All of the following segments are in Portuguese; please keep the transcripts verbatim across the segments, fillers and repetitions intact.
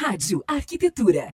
Rádio Arquitetura.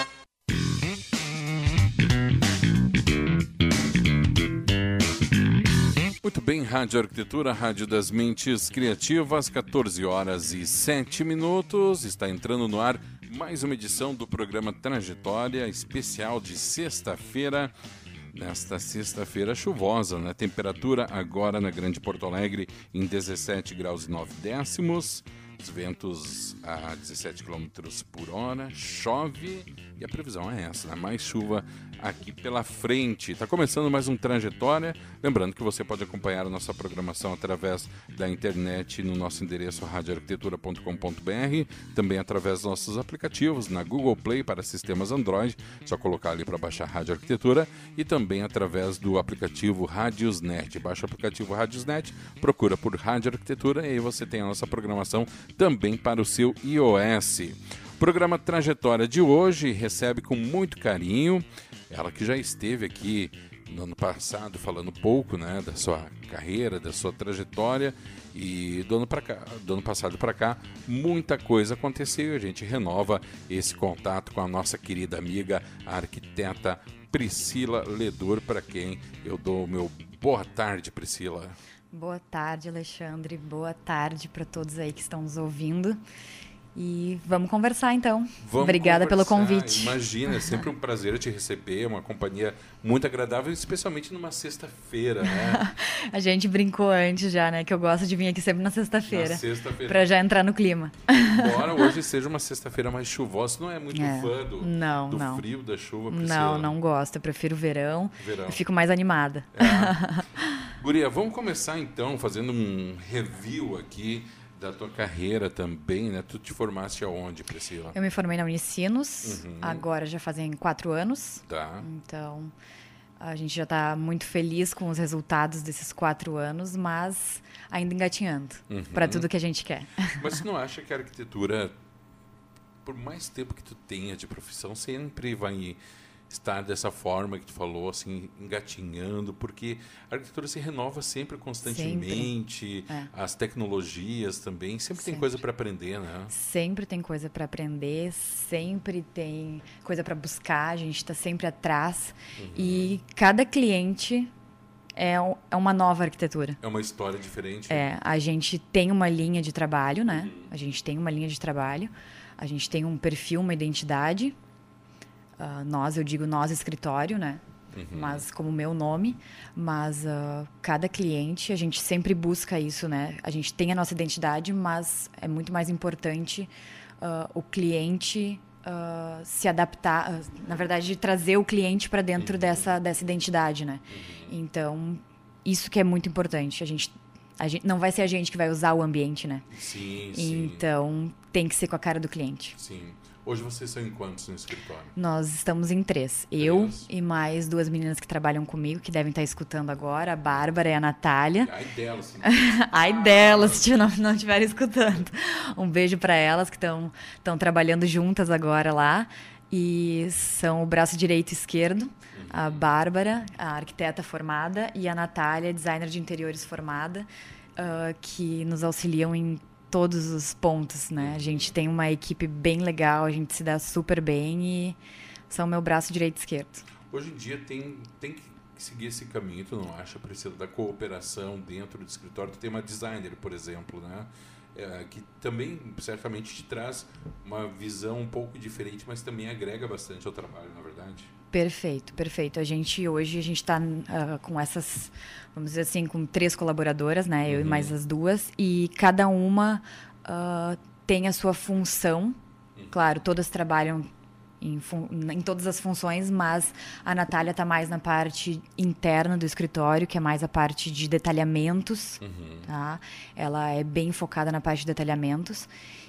Muito bem, Rádio Arquitetura, Rádio das Mentes Criativas, quatorze horas e sete minutos. Está entrando no ar mais uma edição do programa Trajetória, especial de sexta-feira. Nesta sexta-feira chuvosa, né? Temperatura agora na Grande Porto Alegre em dezessete graus e nove décimos. Os ventos a dezessete quilômetros por hora, chove e a previsão é essa, né? Mais chuva aqui pela frente. Está começando mais um Trajetória. Lembrando que você pode acompanhar a nossa programação através da internet no nosso endereço rádio arquitetura ponto com ponto b r, também através dos nossos aplicativos na Google Play para sistemas Android, só colocar ali para baixar Rádio Arquitetura, e também através do aplicativo Radiosnet. Baixa o aplicativo Radiosnet, procura por Rádio Arquitetura e aí você tem a nossa programação também para o seu iOS. O programa Trajetória de hoje recebe com muito carinho ela que já esteve aqui no ano passado falando um pouco, né, da sua carreira, da sua trajetória, e do ano, pra cá, do ano passado para cá muita coisa aconteceu e a gente renova esse contato com a nossa querida amiga, a arquiteta Priscila Ledor, para quem eu dou o meu boa tarde, Priscila. Boa tarde, Alexandre. Boa tarde para todos aí que estão nos ouvindo. E vamos conversar, então. Vamos Obrigada conversar. pelo convite. Imagina, é sempre um prazer te receber, uma companhia muito agradável, especialmente numa sexta-feira, né? A gente brincou antes já, né? Que eu gosto de vir aqui sempre na sexta-feira. Na sexta-feira. Pra já entrar no clima. Embora hoje seja uma sexta-feira mais chuvosa, não é muito é. fã do, não, do não. frio, da chuva, Priscila? Não, não gosto. Eu prefiro o verão. verão. Eu fico mais animada. É. Guria, vamos começar então fazendo um review aqui da tua carreira também, né? Tu te formaste aonde, Priscila? Eu me formei na Unicinos, uhum. Agora já fazem quatro anos. Tá. Então, a gente já está muito feliz com os resultados desses quatro anos, mas ainda engatinhando uhum. para tudo que a gente quer. Mas tu não acha que a arquitetura, por mais tempo que tu tenha de profissão, sempre vai estar dessa forma que tu falou, assim, engatinhando, porque a arquitetura se renova sempre, constantemente, sempre. É. As tecnologias também, sempre, sempre. Tem coisa para aprender, né? Sempre tem coisa para aprender, sempre tem coisa para buscar, a gente está sempre atrás, uhum. E cada cliente é, é uma nova arquitetura. É uma história diferente. É, a gente tem uma linha de trabalho, né? Uhum. A gente tem uma linha de trabalho, a gente tem um perfil, uma identidade. Uh, nós, eu digo nós escritório, né? Uhum. Mas como meu nome, mas uh, cada cliente, a gente sempre busca isso, né? A gente tem a nossa identidade, mas é muito mais importante uh, o cliente uh, se adaptar, uh, na verdade, trazer o cliente para dentro uhum. dessa, dessa identidade, né? Uhum. Então, isso que é muito importante. A gente, a gente, não vai ser a gente que vai usar o ambiente, né? Sim, sim. Então, tem que ser com a cara do cliente. Sim. Hoje vocês são em quantos no escritório? Nós estamos em três. três. Eu e mais duas meninas que trabalham comigo, que devem estar escutando agora, a Bárbara e a Natália. Ai delas. Sim. Ai delas, se não, não estiverem escutando. Um beijo para elas que estão trabalhando juntas agora lá. E são o braço direito e esquerdo. Uhum. A Bárbara, a arquiteta formada, e a Natália, designer de interiores formada, uh, que nos auxiliam em todos os pontos, né? A gente tem uma equipe bem legal, a gente se dá super bem e são meu braço direito e esquerdo. Hoje em dia tem, tem que seguir esse caminho, tu não acha, Priscila, da cooperação dentro do escritório? Tu tem uma designer, por exemplo, né? É, que também certamente te traz uma visão um pouco diferente, mas também agrega bastante ao trabalho, na verdade. Perfeito, perfeito. A gente hoje a gente está uh, com essas, vamos dizer assim, com três colaboradoras, né? Eu uhum. e mais as duas, e cada uma uh, tem a sua função. Uhum. Claro, todas trabalham em, fun- em todas as funções, mas a Natália está mais na parte interna do escritório, que é mais a parte de detalhamentos, uhum. tá? Ela é bem focada na parte de detalhamentos.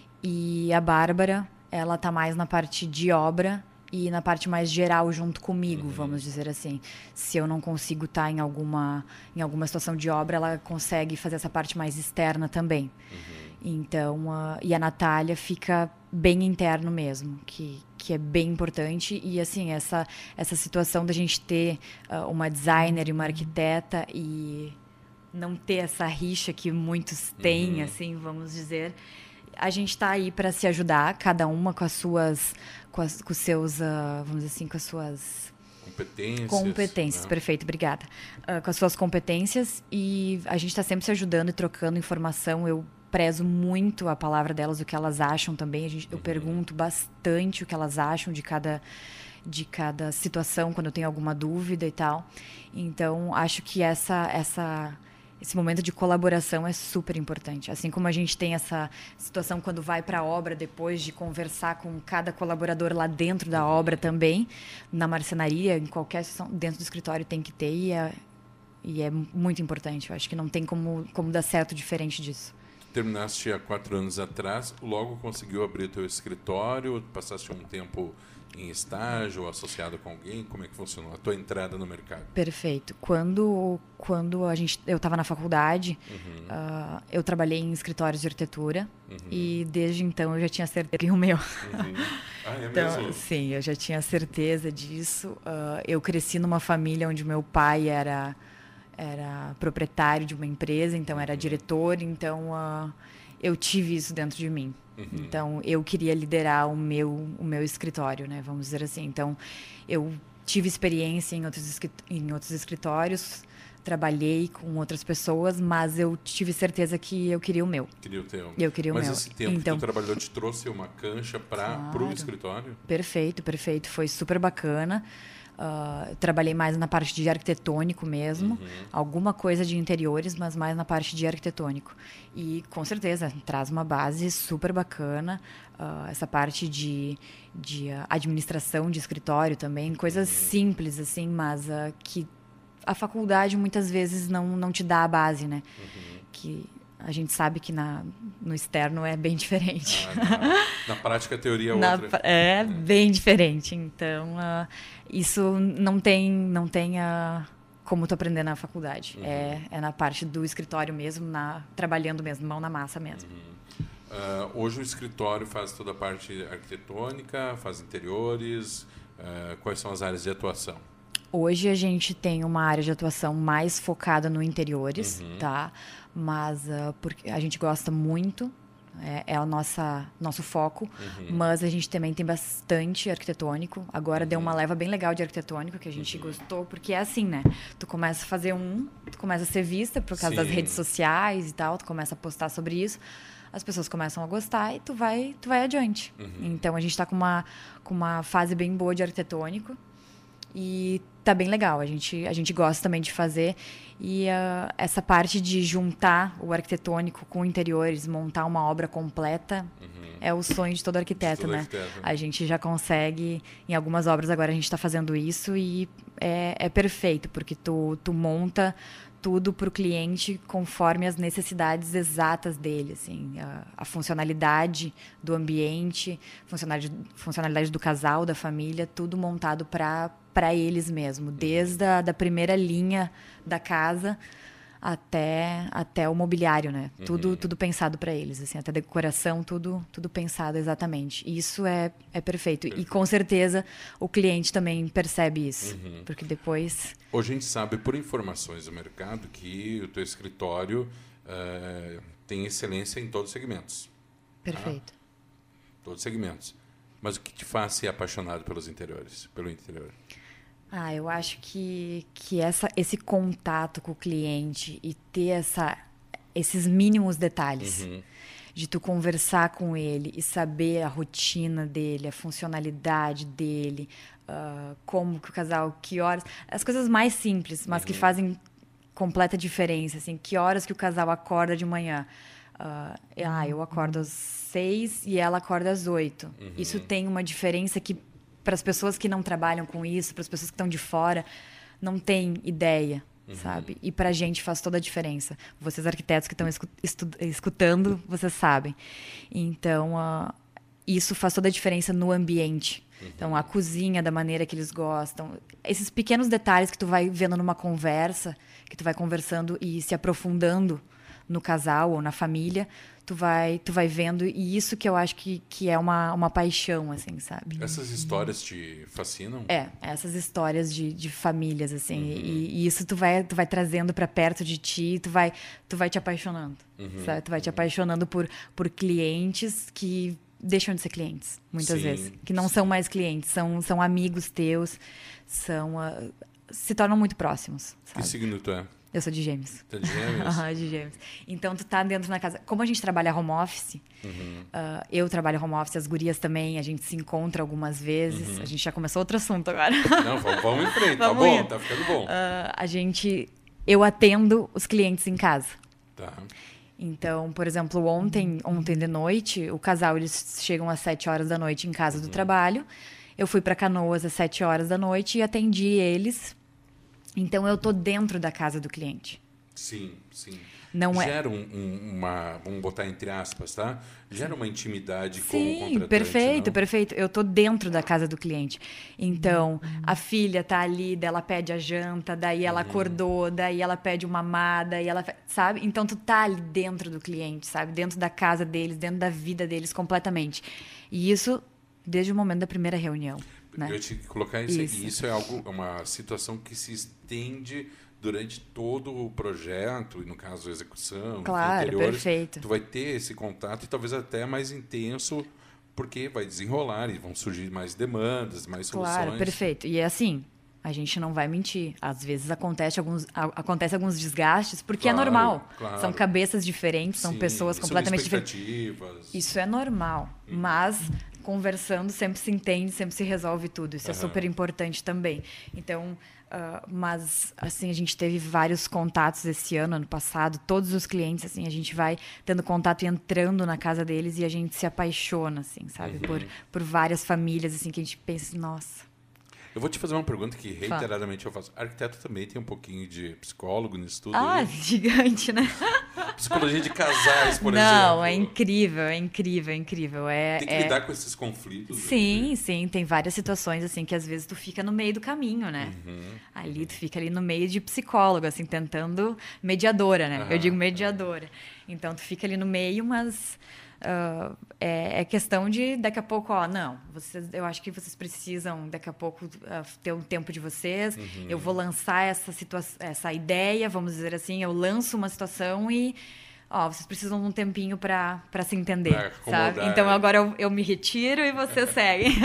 E a Bárbara, ela está mais na parte de obra e na parte mais geral junto comigo, uhum. vamos dizer assim. Se eu não consigo estar em alguma, em alguma situação de obra, ela consegue fazer essa parte mais externa também. Uhum. Então, uh, e a Natália fica bem interno mesmo, que, que é bem importante. E, assim, essa, essa situação da gente ter uh, uma designer e uma arquiteta e não ter essa rixa que muitos têm, uhum. assim, vamos dizer. A gente está aí para se ajudar, cada uma com as suas, com, as, com os seus, uh, vamos dizer assim, com as suas competências. Competências, né? Perfeito, obrigada. Uh, com as suas competências, e a gente está sempre se ajudando e trocando informação. Eu prezo muito a palavra delas, o que elas acham também. A gente, eu uhum. pergunto bastante o que elas acham de cada, de cada situação, quando eu tenho alguma dúvida e tal. Então, acho que essa... essa Esse momento de colaboração é super importante. Assim como a gente tem essa situação quando vai para a obra, depois de conversar com cada colaborador lá dentro da obra também, na marcenaria, em qualquer situação, dentro do escritório tem que ter, e é, e é muito importante. Eu acho que não tem como, como dar certo diferente disso. Terminaste há quatro anos atrás, logo conseguiu abrir teu escritório, passaste um tempo em estágio ou associado com alguém? Como é que funcionou a tua entrada no mercado? Perfeito. Quando, quando a gente, eu estava na faculdade, uhum. uh, eu trabalhei em escritórios de arquitetura, uhum. e desde então eu já tinha certeza que o meu. Uhum. Ah, é então, mesmo? Sim, eu já tinha certeza disso. Uh, eu cresci numa família onde meu pai era, era proprietário de uma empresa, então era uhum. diretor, então uh, eu tive isso dentro de mim. Uhum. Então, eu queria liderar o meu, o meu escritório, né? Vamos dizer assim. Então, eu tive experiência em outros, em outros escritórios, trabalhei com outras pessoas, mas eu tive certeza que eu queria o meu. Queria o teu. Eu queria o mas meu. Mas esse tempo então, que tu trabalhou te trouxe uma cancha para claro. o escritório? Perfeito, perfeito. Foi super bacana. Uh, trabalhei mais na parte de arquitetônico mesmo, uhum. alguma coisa de interiores, mas mais na parte de arquitetônico. E, com certeza, traz uma base super bacana, uh, essa parte de, de uh, administração de escritório também, coisas uhum. simples, assim, mas uh, que a faculdade muitas vezes não, não te dá a base, né? Uhum. Que a gente sabe que na, no externo é bem diferente. Ah, na, na prática, a teoria é na, outra. É, é bem diferente. Então, uh, isso não tem, não tem uh, como tu aprender na faculdade. Uhum. É, é na parte do escritório mesmo, na, trabalhando mesmo, mão na massa mesmo. Uhum. Uh, hoje o escritório faz toda a parte arquitetônica, faz interiores. Uh, quais são as áreas de atuação? Hoje a gente tem uma área de atuação mais focada no interiores, uhum. tá? Mas uh, porque a gente gosta muito, é, é o nossa, nosso foco, uhum. mas a gente também tem bastante arquitetônico. Agora uhum. deu uma leva bem legal de arquitetônico, que a gente uhum. gostou, porque é assim, né? Tu começa a fazer um, tu começa a ser vista por causa Sim. das redes sociais e tal, tu começa a postar sobre isso, as pessoas começam a gostar e tu vai, tu vai adiante. Uhum. Então a gente está com uma, com uma fase bem boa de arquitetônico. E tá bem legal, a gente, a gente gosta também de fazer. E uh, essa parte de juntar o arquitetônico com interiores, montar uma obra completa, uhum. é o sonho de todo arquiteto, de todo né? Arquiteto. A gente já consegue, em algumas obras agora a gente está fazendo isso, e é, é perfeito, porque tu, tu monta tudo para o cliente conforme as necessidades exatas dele, assim, a, a funcionalidade do ambiente, funcionalidade, funcionalidade do casal, da família, tudo montado para para eles mesmo, desde a da primeira linha da casa até até o mobiliário, né? Uhum. Tudo tudo pensado para eles, assim, até a decoração, tudo tudo pensado exatamente. Isso é é perfeito. perfeito. E com certeza o cliente também percebe isso, uhum. porque depois hoje a gente sabe por informações do mercado que o teu escritório uh, tem excelência em todos os segmentos. Perfeito. Tá? Todos os segmentos. Mas o que te faz ser apaixonado pelos interiores, pelo interior? Ah, eu acho que, que essa, esse contato com o cliente e ter essa, esses mínimos detalhes uhum. de tu conversar com ele e saber a rotina dele, a funcionalidade dele, uh, como que o casal, que horas... As coisas mais simples, mas uhum. que fazem completa diferença. Assim, que horas que o casal acorda de manhã. Uh, ah, eu acordo às seis e ela acorda às oito. Uhum. Isso tem uma diferença que, para as pessoas que não trabalham com isso, para as pessoas que estão de fora, não tem ideia, uhum. sabe? E para a gente faz toda a diferença. Vocês arquitetos que estão escutando, vocês sabem. Então, uh, isso faz toda a diferença no ambiente. Uhum. Então, a cozinha, da maneira que eles gostam. Esses pequenos detalhes que tu vai vendo numa conversa, que tu vai conversando e se aprofundando no casal ou na família, tu vai, tu vai vendo, e isso que eu acho que, que é uma, uma paixão, assim, sabe? Essas histórias te fascinam? É, essas histórias de, de famílias, assim, uhum. e, e isso tu vai, tu vai trazendo para perto de ti, tu vai, tu vai te apaixonando, uhum. sabe? Tu vai te apaixonando por, por clientes que deixam de ser clientes, muitas sim, vezes, que não sim. são mais clientes, são, são amigos teus, são, uh, se tornam muito próximos, sabe? Que signo tu é? Eu sou de Gêmeos. Tu é de Gêmeos? Aham, de Gêmeos. Então, tu tá dentro da casa. Como a gente trabalha home office, uhum. uh, eu trabalho home office, as gurias também, a gente se encontra algumas vezes. Uhum. A gente já começou outro assunto agora. Não, vamos, vamos em frente, tá bom, ir. Tá ficando bom. Uh, a gente... Eu atendo os clientes em casa. Tá. Então, por exemplo, ontem, ontem de noite, o casal, eles chegam às sete horas da noite em casa uhum. do trabalho. Eu fui para Canoas às sete horas da noite e atendi eles. Então, eu tô dentro da casa do cliente. Sim, sim. Não Gera é... um, um, uma... Vamos botar entre aspas, tá? Gera uma intimidade sim, com o contratante. Perfeito, não? perfeito. Eu tô dentro da casa do cliente. Então, uhum. a filha tá ali, daí ela pede a janta, daí ela uhum. acordou, daí ela pede uma mamada, e ela... Sabe? Então, tu tá ali dentro do cliente, sabe? Dentro da casa deles, dentro da vida deles completamente. E isso desde o momento da primeira reunião. Né? Eu tinha que colocar isso, isso. Aqui. Isso é algo, uma situação que se estende durante todo o projeto, e no caso a execução, claro, perfeito. Tu vai ter esse contato e talvez até mais intenso, porque vai desenrolar e vão surgir mais demandas, mais soluções. Claro, perfeito. E é assim, a gente não vai mentir. Às vezes acontece alguns, acontece alguns desgastes, porque claro, é normal. Claro. São cabeças diferentes, são Sim, pessoas completamente diferentes. Isso é normal, hum. mas... conversando, sempre se entende, sempre se resolve tudo. Isso uhum. é super importante também. Então, uh, mas, assim, a gente teve vários contatos esse ano, ano passado. Todos os clientes, assim, a gente vai tendo contato e entrando na casa deles e a gente se apaixona, assim, sabe? Uhum. Por, por várias famílias, assim, que a gente pensa, nossa... Eu vou te fazer uma pergunta que reiteradamente eu faço. Arquiteto também tem um pouquinho de psicólogo nisso tudo? Ah, aí? Gigante, né? Psicologia de casais, por Não, exemplo. Não, é incrível, é incrível, é incrível. É, tem que é... lidar com esses conflitos. Sim, né? sim. Tem várias situações, assim, que às vezes tu fica no meio do caminho, né? Uhum, ali, uhum. tu fica ali no meio de psicólogo, assim, tentando... Mediadora, né? Uhum, eu digo mediadora. Uhum. Então, tu fica ali no meio, mas... Uh, é, é questão de, daqui a pouco, ó, não, vocês, eu acho que vocês precisam, daqui a pouco, uh, ter um tempo de vocês, uhum. eu vou lançar essa, situação, essa ideia, vamos dizer assim, eu lanço uma situação e, ó, vocês precisam de um tempinho para se entender, sabe? Então, agora eu, eu me retiro e vocês seguem.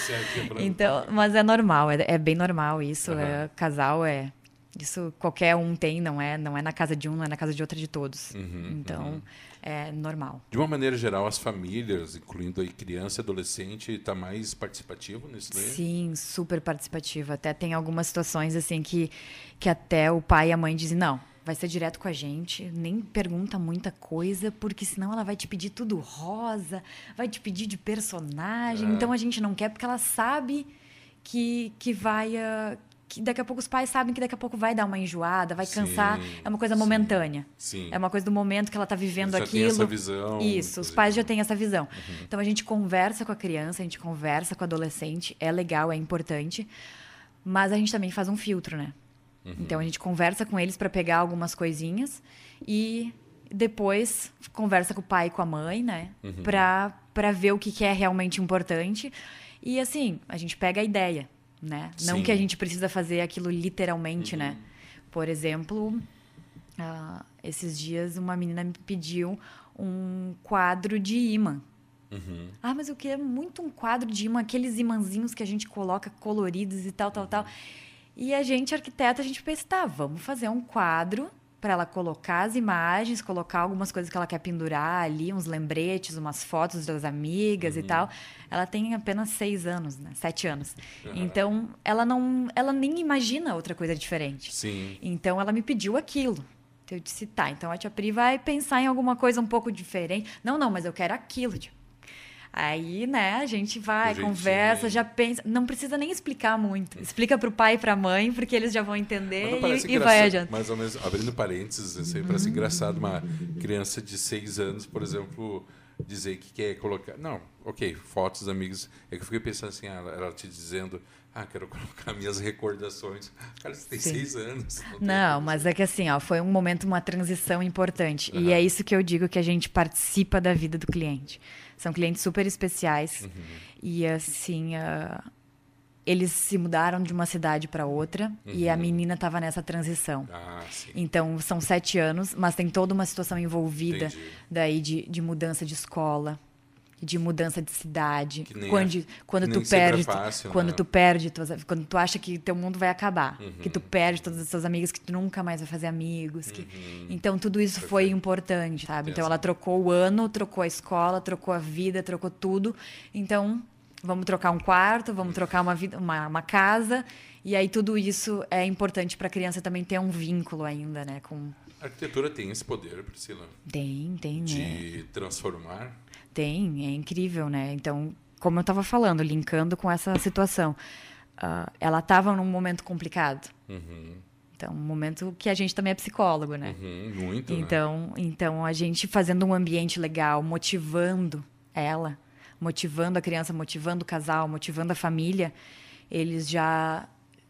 Então, mas é normal, é, é bem normal isso, uhum. é, casal é... Isso qualquer um tem, não é, não é na casa de um, não é na casa de outra, de todos. Uhum, então, uhum. é normal. De uma maneira geral, as famílias, incluindo aí criança e adolescente, está mais participativo nisso daí? Sim, super participativo. Até tem algumas situações assim que, que até o pai e a mãe dizem, não, vai ser direto com a gente, nem pergunta muita coisa, porque senão ela vai te pedir tudo rosa, vai te pedir de personagem. É. Então, a gente não quer, porque ela sabe que, que vai... Uh, que daqui a pouco os pais sabem que daqui a pouco vai dar uma enjoada, vai cansar. Sim, é uma coisa momentânea. Sim, sim. É uma coisa do momento que ela está vivendo já aquilo. Tem essa visão. Isso, os pais já têm essa visão. Uhum. Então, a gente conversa com a criança, a gente conversa com o adolescente. É legal, é importante. Mas a gente também faz um filtro, né? Uhum. Então, a gente conversa com eles para pegar algumas coisinhas e depois conversa com o pai e com a mãe, né? Uhum. Para ver o que, que é realmente importante. E, assim, a gente pega a ideia. Né? Não que a gente precisa fazer aquilo literalmente, uhum. né? Por exemplo, uh, esses dias uma menina me pediu um quadro de imã. Uhum. Ah, mas eu queria muito um quadro de imã, aqueles imãzinhos que a gente coloca coloridos e tal, tal, uhum. tal. E a gente, arquiteta, a gente pensa, tá, vamos fazer um quadro para ela colocar as imagens, colocar algumas coisas que ela quer pendurar ali, uns lembretes, umas fotos das amigas uhum. e tal. Ela tem apenas seis anos, né? Sete anos. Uhum. Então, ela não, ela nem imagina outra coisa diferente. Sim. Então, ela me pediu aquilo. Eu disse, tá, então a tia Pri vai pensar em alguma coisa um pouco diferente. Não, não, mas eu quero aquilo, tia. Aí, né, a gente vai, conversa, já pensa. Não precisa nem explicar muito. Explica pro pai e pra mãe, porque eles já vão entender e, e vai adiante. Mais ou menos, abrindo parênteses, isso aí parece engraçado. Uma criança de seis anos, por exemplo, dizer que quer colocar... Não, ok, fotos, amigos. É que eu fiquei pensando assim, ela, ela te dizendo, ah, quero colocar minhas recordações. Cara, você tem Sim. seis anos. Não, Não, mas é que assim, ó, foi um momento, uma transição importante. Uhum. E é isso que eu digo, que a gente participa da vida do cliente. São clientes super especiais. Uhum. E assim, uh, eles se mudaram de uma cidade para outra Uhum. e a menina estava nessa transição. Ah, sim. Então, são sete anos, mas tem toda uma situação envolvida. Entendi. Daí de, de mudança de escola, de mudança de cidade. Que nem Quando, é- quando que tu nem sempre é perde, fácil, quando né? tu perde, tuas- quando tu acha que teu mundo vai acabar, Uhum. que tu perde todos os seus amigos, que tu nunca mais vai fazer amigos. Que... Uhum. Então, tudo isso foi Perfeito. importante, sabe? Tem Então, essa- ela trocou o ano, trocou a escola, trocou a vida, trocou tudo. Então, vamos trocar um quarto, vamos trocar uma, vida, uma, uma casa. E aí, tudo isso é importante para a criança também ter um vínculo ainda, né? Com... A arquitetura tem esse poder, Priscila, Tem, tem, né? de transformar. Tem, é incrível, né? Então, como eu estava falando, linkando com essa situação, ah, ela estava num momento complicado. Uhum. Então, um momento que a gente também é psicólogo, né? Uhum. Muito, né? Então, então, a gente fazendo um ambiente legal, motivando ela, motivando a criança, motivando o casal, motivando a família, eles já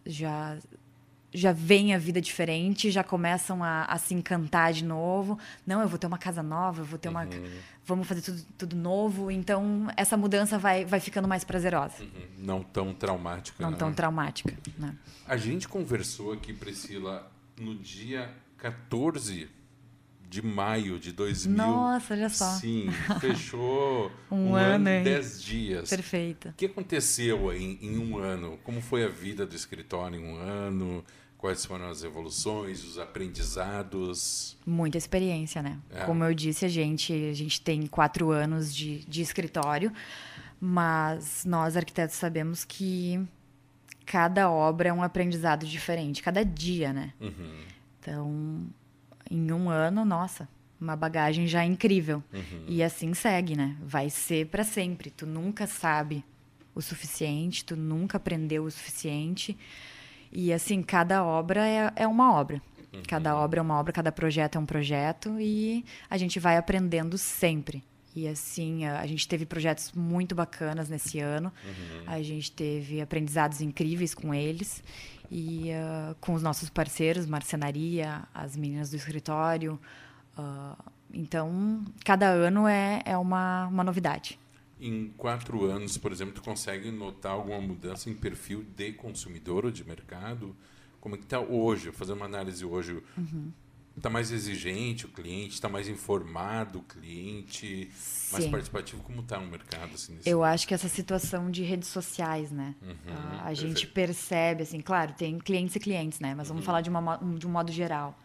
já já veem a vida diferente, já começam a, a se encantar de novo. Não, eu vou ter uma casa nova, eu vou ter uma... Uhum. Vamos fazer tudo, tudo novo. Então, essa mudança vai, vai ficando mais prazerosa. Uhum. Não tão traumática. Não né? tão traumática, né? A gente conversou aqui, Priscila, no dia quatorze de maio de dois mil. Nossa, olha só. Sim, fechou Um um, ano, ano e hein? dez dias. Perfeita. O que aconteceu aí em um ano? Como foi a vida do escritório em um ano? Quais foram as evoluções, os aprendizados? Muita experiência, né? É. Como eu disse, a gente, a gente tem quatro anos de, de escritório, mas nós, arquitetos, sabemos que cada obra é um aprendizado diferente, cada dia, né? Uhum, Então, em um ano, nossa, uma bagagem já incrível. uhum. E assim segue, né? Vai ser para sempre. Tu nunca sabe o suficiente, tu nunca aprendeu o suficiente. E assim, cada obra é, é uma obra. Uhum. Cada obra é uma obra, cada projeto é um projeto e a gente vai aprendendo sempre. E assim, a, a gente teve projetos muito bacanas nesse ano. Uhum. A gente teve aprendizados incríveis com eles. E uh, com os nossos parceiros, marcenaria, as meninas do escritório. Uh, então, cada ano é, é uma, uma novidade. Em quatro anos, por exemplo, tu consegue notar alguma mudança em perfil de consumidor ou de mercado? Como é que está hoje? Vou fazer uma análise hoje. Está mais exigente o cliente? Está mais informado o cliente? Mais Sim. participativo? Como está o mercado? Assim, nesse Eu acho que essa situação de redes sociais, né? Uhum, Ah, a perfeito. gente percebe, assim, claro, tem clientes e clientes, né? Mas vamos falar de, uma, mo- de um modo geral.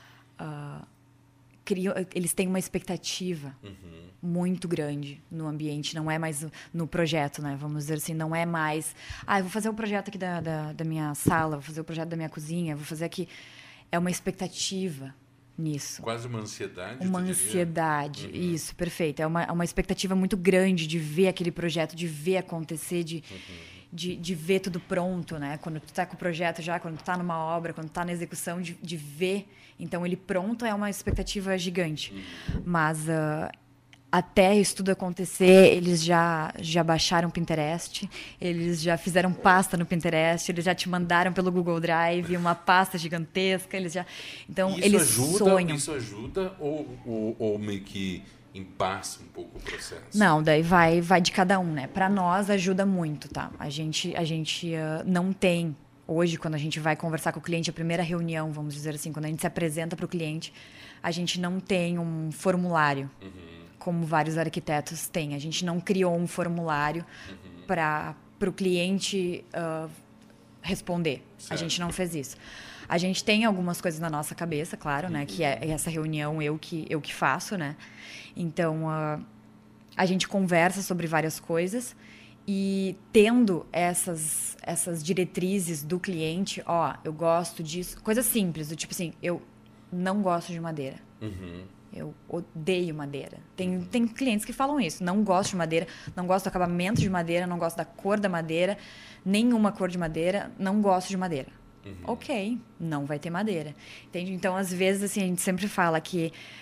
Ah, criam- eles têm uma expectativa Uhum, muito grande no ambiente, não é mais o- no projeto, né? Vamos dizer assim, não é mais... Ah, eu vou fazer o projeto aqui da, da, da minha sala, vou fazer o projeto da minha cozinha, vou fazer aqui... É uma expectativa nisso. quase uma ansiedade, Uma tu diria? ansiedade, Uhum. isso, perfeito. É uma, é uma expectativa muito grande de ver aquele projeto, de ver acontecer, de, Uhum. de, de ver tudo pronto, né? Quando tu tá com o projeto já, quando tu tá numa obra, quando tu tá na execução, de, de ver. Então, ele pronto é uma expectativa gigante. Uhum. Mas ah, até isso tudo acontecer, eles já, já baixaram o Pinterest, eles já fizeram pasta no Pinterest, eles já te mandaram pelo Google Drive uma pasta gigantesca, eles já... Então, Isso eles ajuda, sonham. Isso ajuda ou, ou, ou meio que embaça um pouco o processo? Não, daí vai, vai de cada um, né? Para nós ajuda muito, tá? A gente, a gente uh, não tem hoje, quando a gente vai conversar com o cliente, a primeira reunião, vamos dizer assim, quando a gente se apresenta para o cliente, a gente não tem um formulário, Uhum, como vários arquitetos têm. A gente não criou um formulário uhum. para o cliente uh, responder. Certo. A gente não fez isso. A gente tem algumas coisas na nossa cabeça, claro, né? Que é essa reunião eu que, eu que faço, né? Então, uh, a gente conversa sobre várias coisas e tendo essas, essas diretrizes do cliente, ó, eu gosto disso, coisas simples, do tipo assim, eu não gosto de madeira. Uhum. Eu odeio madeira. Tem, tem clientes que falam isso. Não gosto de madeira, não gosto do acabamento de madeira, não gosto da cor da madeira, nenhuma cor de madeira, não gosto de madeira. Uhum. Ok, não vai ter madeira. Entende? Então, às vezes, assim, a gente sempre fala que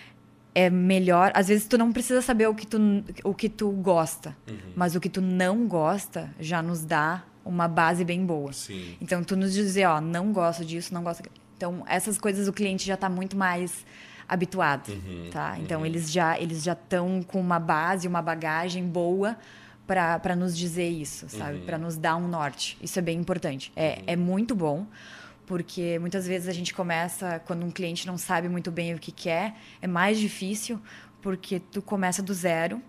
é melhor... Às vezes tu não precisa saber o que tu, o que tu gosta, uhum. mas o que tu não gosta já nos dá uma base bem boa. Sim. Então, tu nos dizer, ó, não gosto disso, não gosto... Então, essas coisas o cliente já está muito mais habituado, uhum, tá? Então, uhum. eles já eles já estão com uma base, uma bagagem boa para nos dizer isso, sabe? Uhum. Para nos dar um norte. Isso é bem importante. É, uhum. é muito bom, porque muitas vezes a gente começa, quando um cliente não sabe muito bem o que quer, é mais difícil, porque tu começa do zero,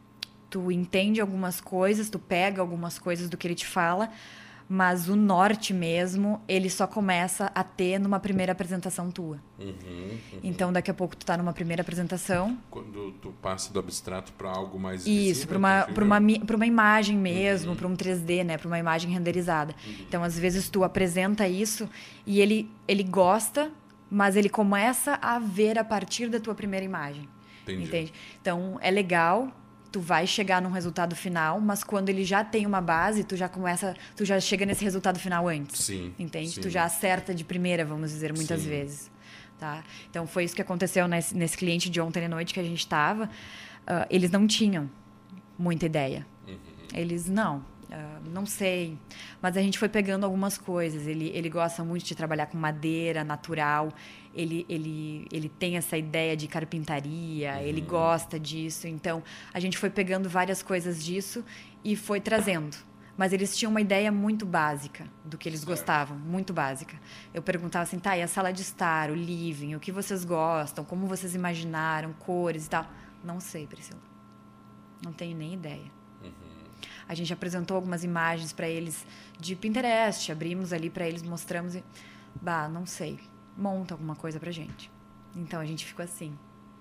tu entende algumas coisas, tu pega algumas coisas do que ele te fala, mas o norte mesmo, ele só começa a ter numa primeira apresentação tua. Uhum, uhum. Então, daqui a pouco tu tá numa primeira apresentação. Quando tu passa do abstrato para algo mais Isso, para uma, para uma, para uma imagem mesmo, uhum. para um três D, né? Para uma imagem renderizada. Uhum. Então, às vezes, tu apresenta isso e ele, ele gosta, mas ele começa a ver a partir da tua primeira imagem. Entendi. Entende? Então, é legal... Tu vai chegar num resultado final, mas quando ele já tem uma base, tu já começa, tu já chega nesse resultado final antes. Sim. Entende? Sim. Tu já acerta de primeira, vamos dizer, muitas sim. vezes. Tá? Então, foi isso que aconteceu nesse, nesse cliente de ontem à noite que a gente estava. Uh, eles não tinham muita ideia. Uhum. Eles, não, uh, não sei. Mas a gente foi pegando algumas coisas. Ele, ele gosta muito de trabalhar com madeira natural. Ele, ele, ele tem essa ideia de carpintaria, uhum. ele gosta disso. Então, a gente foi pegando várias coisas disso e foi trazendo. Mas eles tinham uma ideia muito básica do que eles certo. Gostavam, muito básica. Eu perguntava assim, tá, e a sala de estar, o living, o que vocês gostam, como vocês imaginaram, cores e tal. Não sei, Priscila. Não tenho nem ideia. Uhum. A gente apresentou algumas imagens para eles de Pinterest, abrimos ali para eles, mostramos e... Bah, não sei. Monta alguma coisa pra gente. Então, a gente ficou assim.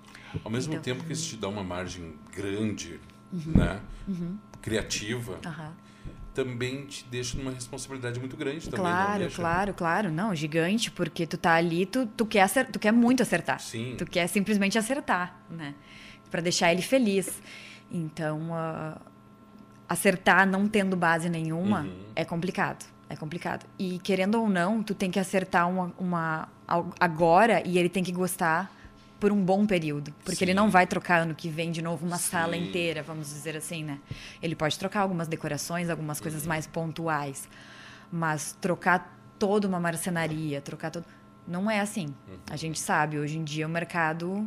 Ao mesmo então, tempo que isso te dá uma margem grande, uhum, né? Uhum. Criativa, uhum. também te deixa numa responsabilidade muito grande. Também, claro, não deixa? claro, claro. Não, gigante, porque tu tá ali, tu, tu, quer, acer- tu quer muito acertar. Sim. Tu quer simplesmente acertar, né? Pra deixar ele feliz. Então, uh, acertar não tendo base nenhuma uhum. é complicado. É complicado. E, querendo ou não, tu tem que acertar uma, uma agora e ele tem que gostar por um bom período. Porque Sim. ele não vai trocar ano que vem de novo uma Sim. sala inteira, vamos dizer assim, né? Ele pode trocar algumas decorações, algumas coisas uhum. mais pontuais. Mas trocar toda uma marcenaria, trocar todo... Não é assim. Uhum. A gente sabe, hoje em dia o mercado...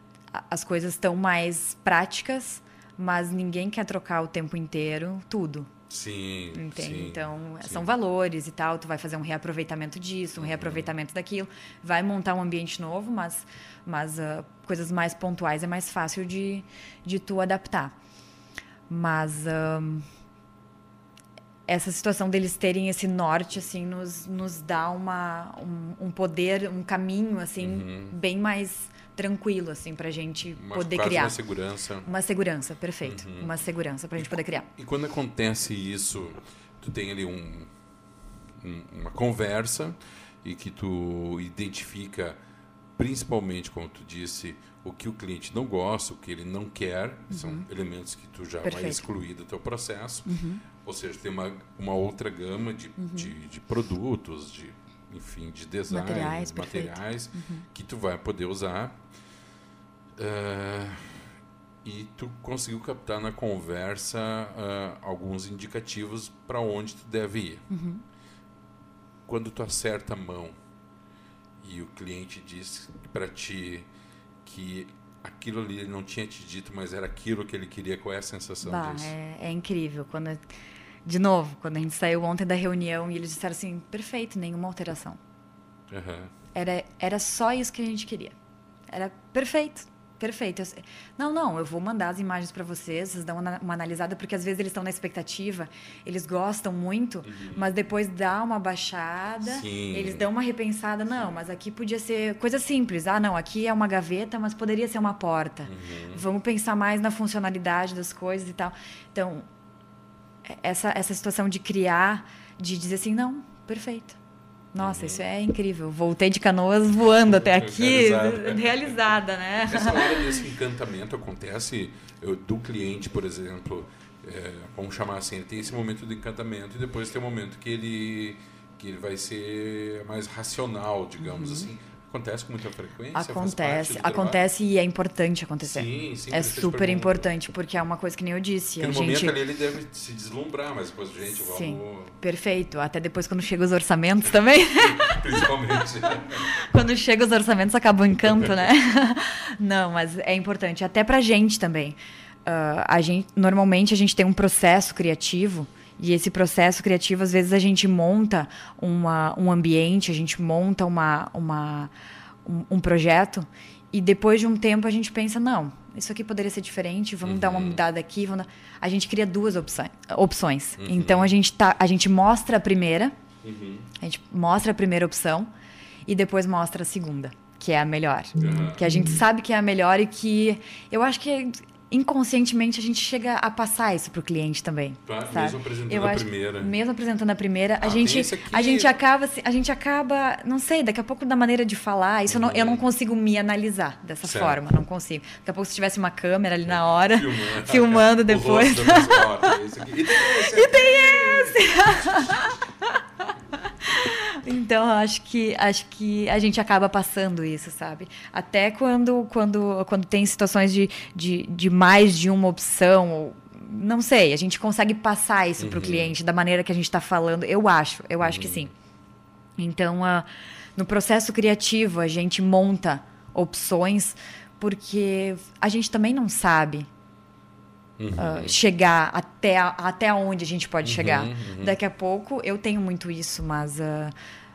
As coisas estão mais práticas, mas ninguém quer trocar o tempo inteiro tudo. Sim, Entende? sim, então, sim. são valores e tal. Tu vai fazer um reaproveitamento disso, um uhum. reaproveitamento daquilo. Vai montar um ambiente novo, mas, mas uh, coisas mais pontuais é mais fácil de, de tu adaptar. Mas uh, essa situação deles terem esse norte, assim, nos, nos dá uma, um, um poder, um caminho, assim, uhum. bem mais... tranquilo, assim, pra gente uma, poder quase criar. uma segurança. Uma segurança, perfeito. Uhum. Uma segurança pra gente e, poder criar. E quando acontece isso, tu tem ali um, um, uma conversa e que tu identifica, principalmente, como tu disse, o que o cliente não gosta, o que ele não quer, uhum. são elementos que tu já perfeito. Vai excluir do teu processo. Uhum. Ou seja, tem uma, uma outra gama de, uhum. de, de produtos, de enfim, de design, materiais, materiais uhum. que tu vai poder usar. Uh, e tu conseguiu captar na conversa uh, alguns indicativos para onde tu deve ir. Uhum. Quando tu acerta a mão e o cliente diz para ti que aquilo ali ele não tinha te dito, mas era aquilo que ele queria, qual é a sensação bah, disso? É, é incrível. Quando, de novo, quando a gente saiu ontem da reunião e eles disseram assim, perfeito, nenhuma alteração. Uhum. Era, era só isso que a gente queria. Era perfeito. Perfeito. Eu, não, não, eu vou mandar as imagens para vocês, vocês dão uma, uma analisada, porque às vezes eles estão na expectativa, eles gostam muito, uhum. mas depois dá uma baixada, Sim. eles dão uma repensada, não, mas aqui podia ser coisa simples. Ah, não, aqui é uma gaveta, mas poderia ser uma porta. Uhum. Vamos pensar mais na funcionalidade das coisas e tal. Então, essa, essa situação de criar, de dizer assim, não, perfeito. Nossa, uhum. isso é incrível. Voltei de Canoas voando até aqui, realizada, realizada né? Essa hora desse encantamento acontece eu, do cliente, por exemplo, é, vamos chamar assim, ele tem esse momento de encantamento e depois tem um momento que ele, que ele vai ser mais racional, digamos uhum. assim. Acontece com muita frequência? Acontece, acontece e é importante acontecer. Sim, sim. É super importante, porque é uma coisa que nem eu disse. Porque a no gente... momento ali ele deve se deslumbrar, mas depois, gente, vamos... Sim, perfeito. Até depois quando chegam os orçamentos também. Principalmente. Quando chegam os orçamentos acaba o encanto, né? Não, mas é importante. Até pra gente também. Uh, a gente, normalmente a gente tem um processo criativo. E esse processo criativo, às vezes, a gente monta uma, um ambiente, a gente monta uma, uma, um, um projeto e depois de um tempo a gente pensa, não, isso aqui poderia ser diferente, vamos uhum. dar uma mudada aqui. Vamos dar... A gente cria duas opções. opções. Uhum. Então, a gente, tá, a gente mostra a primeira, uhum. a gente mostra a primeira opção e depois mostra a segunda, que é a melhor. Uhum. Que a gente sabe que é a melhor e que eu acho que... inconscientemente a gente chega a passar isso pro cliente também. Claro, sabe? mesmo apresentando Eu a acho, primeira. Mesmo apresentando a primeira, ah, a gente aqui... a gente acaba a gente acaba, não sei, daqui a pouco da maneira de falar, isso uhum. eu, não, eu não consigo me analisar dessa certo. forma, não consigo. Daqui a pouco se tivesse uma câmera ali na hora, filmando, filmando depois. E tem esse. E tem esse. Então, acho que, acho que a gente acaba passando isso, sabe? Até quando, quando, quando tem situações de, de, de mais de uma opção, ou, não sei, a gente consegue passar isso uhum. para o cliente da maneira que a gente está falando. Eu acho, eu acho uhum. que sim. Então, uh, no processo criativo, a gente monta opções porque a gente também não sabe Uhum. Uh, chegar até, a, até onde a gente pode uhum, chegar. Uhum. Daqui a pouco, eu tenho muito isso, mas uh,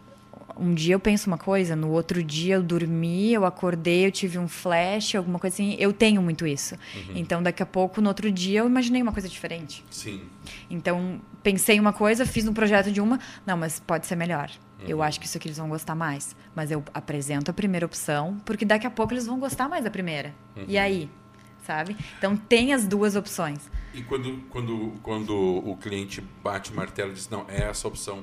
um dia eu penso uma coisa, no outro dia eu dormi, eu acordei, eu tive um flash, alguma coisa assim. Eu tenho muito isso. Uhum. Então, daqui a pouco, no outro dia, eu imaginei uma coisa diferente. Sim. Então, pensei uma coisa, fiz um projeto de uma, não, mas pode ser melhor. Uhum. Eu acho que isso aqui eles vão gostar mais. Mas eu apresento a primeira opção, porque daqui a pouco eles vão gostar mais da primeira. Uhum. E aí? Sabe? Então, tem as duas opções. E quando, quando, quando o cliente bate o martelo e diz, não, é essa opção,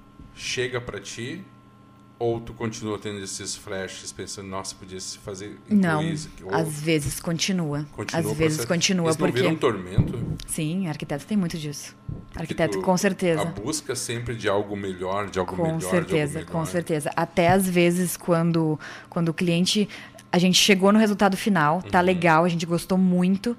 chega para ti, ou tu continua tendo esses flashes pensando, nossa, podia se fazer não, isso? Ou... às vezes continua. continua às vezes continua. Isso porque... não vira um tormento? Sim, arquiteto tem muito disso. Arquiteto, tu, com certeza. A busca sempre de algo melhor, de algo com melhor, certeza, de algo melhor. Com certeza. Até às vezes, quando, quando o cliente... A gente chegou no resultado final, tá uhum. legal, a gente gostou muito,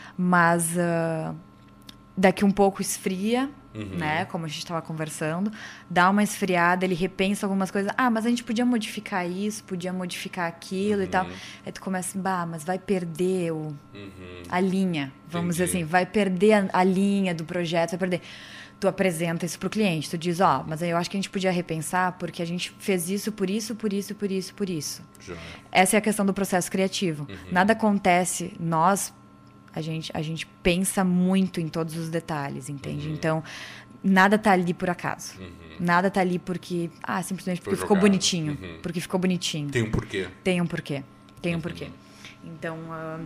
mas uh, daqui um pouco esfria, uhum. né? Como a gente estava conversando, dá uma esfriada, ele repensa algumas coisas. Ah, mas a gente podia modificar isso, podia modificar aquilo uhum. e tal. Aí tu começa, bah, mas vai perder o, uhum. a linha, vamos Entendi. dizer assim, vai perder a, a linha do projeto, vai perder... Tu apresenta isso pro cliente, tu diz, ó, oh, mas eu acho que a gente podia repensar porque a gente fez isso por isso, por isso, por isso, por isso. Já. Essa é a questão do processo criativo. Uhum. Nada acontece, nós, a gente, a gente pensa muito em todos os detalhes, entende? Uhum. Então, nada tá ali por acaso. Uhum. Nada tá ali porque, ah, simplesmente porque ficou bonitinho. Uhum. Porque ficou bonitinho. Tem um porquê. Tem um porquê. Tem um uhum. porquê. Então, uh,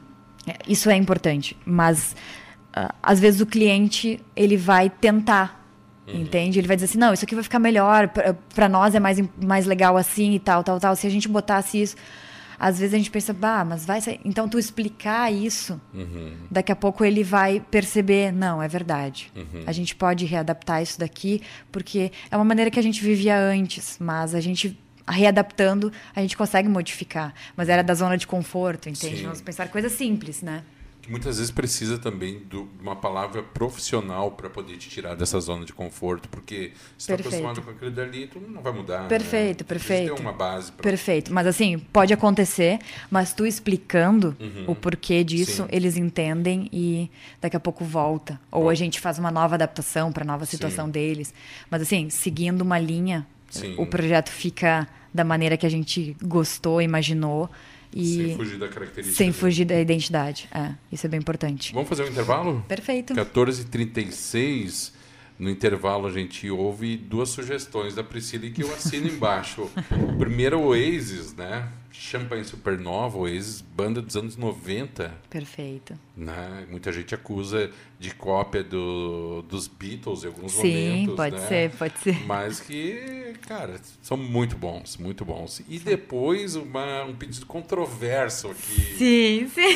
isso é importante, mas... Uh, às vezes o cliente ele vai tentar, uhum. entende? Ele vai dizer assim, não, isso aqui vai ficar melhor, para nós é mais, mais legal assim e tal, tal, tal. Se a gente botasse isso, às vezes a gente pensa, bah, mas vai sair. Então tu explicar isso, uhum. daqui a pouco ele vai perceber, não, é verdade. Uhum. A gente pode readaptar isso daqui, porque é uma maneira que a gente vivia antes, mas a gente... readaptando, a gente consegue modificar. Mas era da zona de conforto, entende? Sim. Vamos pensar coisas simples, né? Que muitas vezes precisa também de uma palavra profissional para poder te tirar dessa zona de conforto, porque se está acostumado com aquilo dali, tu não vai mudar. Perfeito, né? perfeito. Tem uma base. Pra... Perfeito, mas assim, pode acontecer, mas tu explicando uhum. o porquê disso, Sim. eles entendem e daqui a pouco volta. Ou Bom. a gente faz uma nova adaptação para a nova situação Sim. deles. Mas assim, seguindo uma linha, Sim. o projeto fica da maneira que a gente gostou, imaginou. E sem fugir da característica. Sem fugir da identidade. É, isso é bem importante. Vamos fazer um intervalo? Perfeito. quatorze e trinta e seis. No intervalo a gente ouve duas sugestões da Priscila que eu assino embaixo. Primeiro, o Oasis, né? Champagne Supernova, Oasis, banda dos anos noventa. Perfeito. Né? Muita gente acusa de cópia do, dos Beatles em alguns Sim, momentos. Sim, pode né? ser, pode ser. Mas que, cara, são muito bons, muito bons. E depois uma, um pedido controverso aqui. Sim, sim.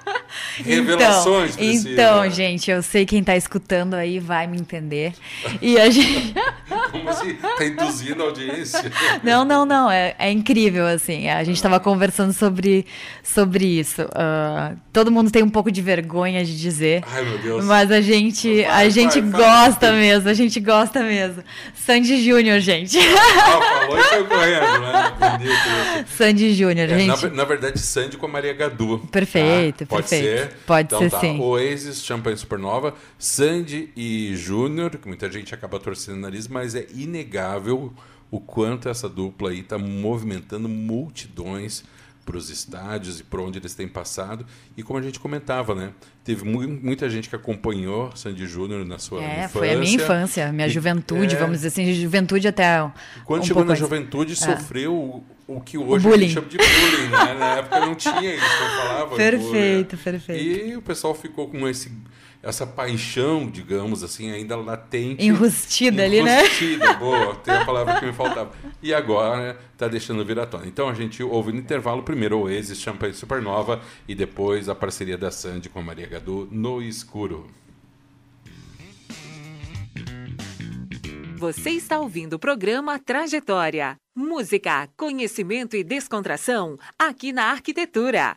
Revelações, Então, então, gente, eu sei quem está escutando aí vai me entender. E a gente... Como assim? Tá induzindo a audiência? Não, não, não. É, é incrível, assim. A gente estava conversando sobre, sobre isso. Uh, todo mundo tem um pouco de vergonha de dizer. Ai, meu Deus. Mas a gente, vai, a gente vai, gosta vai. mesmo. A gente gosta mesmo. Sandy Júnior, gente. Ah, falou e saiu correndo, né? Bonito. Sandy Júnior, É, gente. na, na verdade, Sandy com a Maria Gadu. Perfeito, tá? Pode perfeito. ser? Pode então, ser, tá. sim. Oasis, Champagne Supernova, Sandy e Júnior, que muita gente acaba torcendo o nariz, mas é inegável o quanto essa dupla aí está movimentando multidões para os estádios e por onde eles têm passado. E como a gente comentava, né? Teve mu muita gente que acompanhou Sandy Júnior na sua É, infância. foi a minha infância, minha e, juventude, é, vamos dizer assim, juventude até um Quando um chegou na pouco juventude, é. sofreu o, o que hoje o a gente chama de bullying, né? Na época não tinha isso, não falava Perfeito, bullying. perfeito. E o pessoal ficou com esse, essa paixão, digamos assim, ainda latente. Enrustida ali, né? Enrustida, boa, tem a palavra que me faltava. E agora está deixando vir à tona. Então a gente ouve no intervalo primeiro o Oasis, Champagne Supernova e depois a parceria da Sandy com a Maria Gadu, No Escuro. Você está ouvindo o programa Trajetória. Música, conhecimento e descontração aqui na Arquitetura.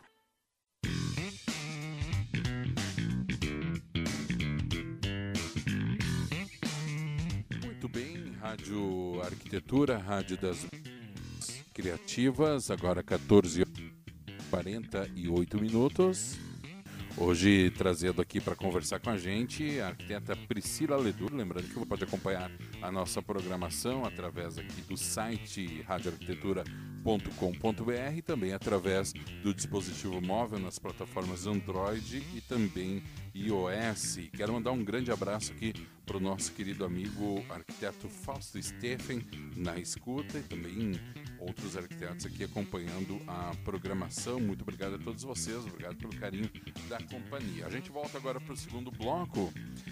Muito bem, Rádio Arquitetura, Rádio das Criativas, agora quatorze horas e quarenta e oito minutos. Hoje trazendo aqui para conversar com a gente a arquiteta Priscila Ledur. Lembrando que você pode acompanhar a nossa programação através aqui do site rádio arquitetura ponto com ponto b r, também através do dispositivo móvel nas plataformas Android e também iOS. Quero mandar um grande abraço aqui para o nosso querido amigo arquiteto Fausto Steffen na escuta e também outros arquitetos aqui acompanhando a programação. Muito obrigado a todos vocês, obrigado pelo carinho da companhia. A gente volta agora para o segundo bloco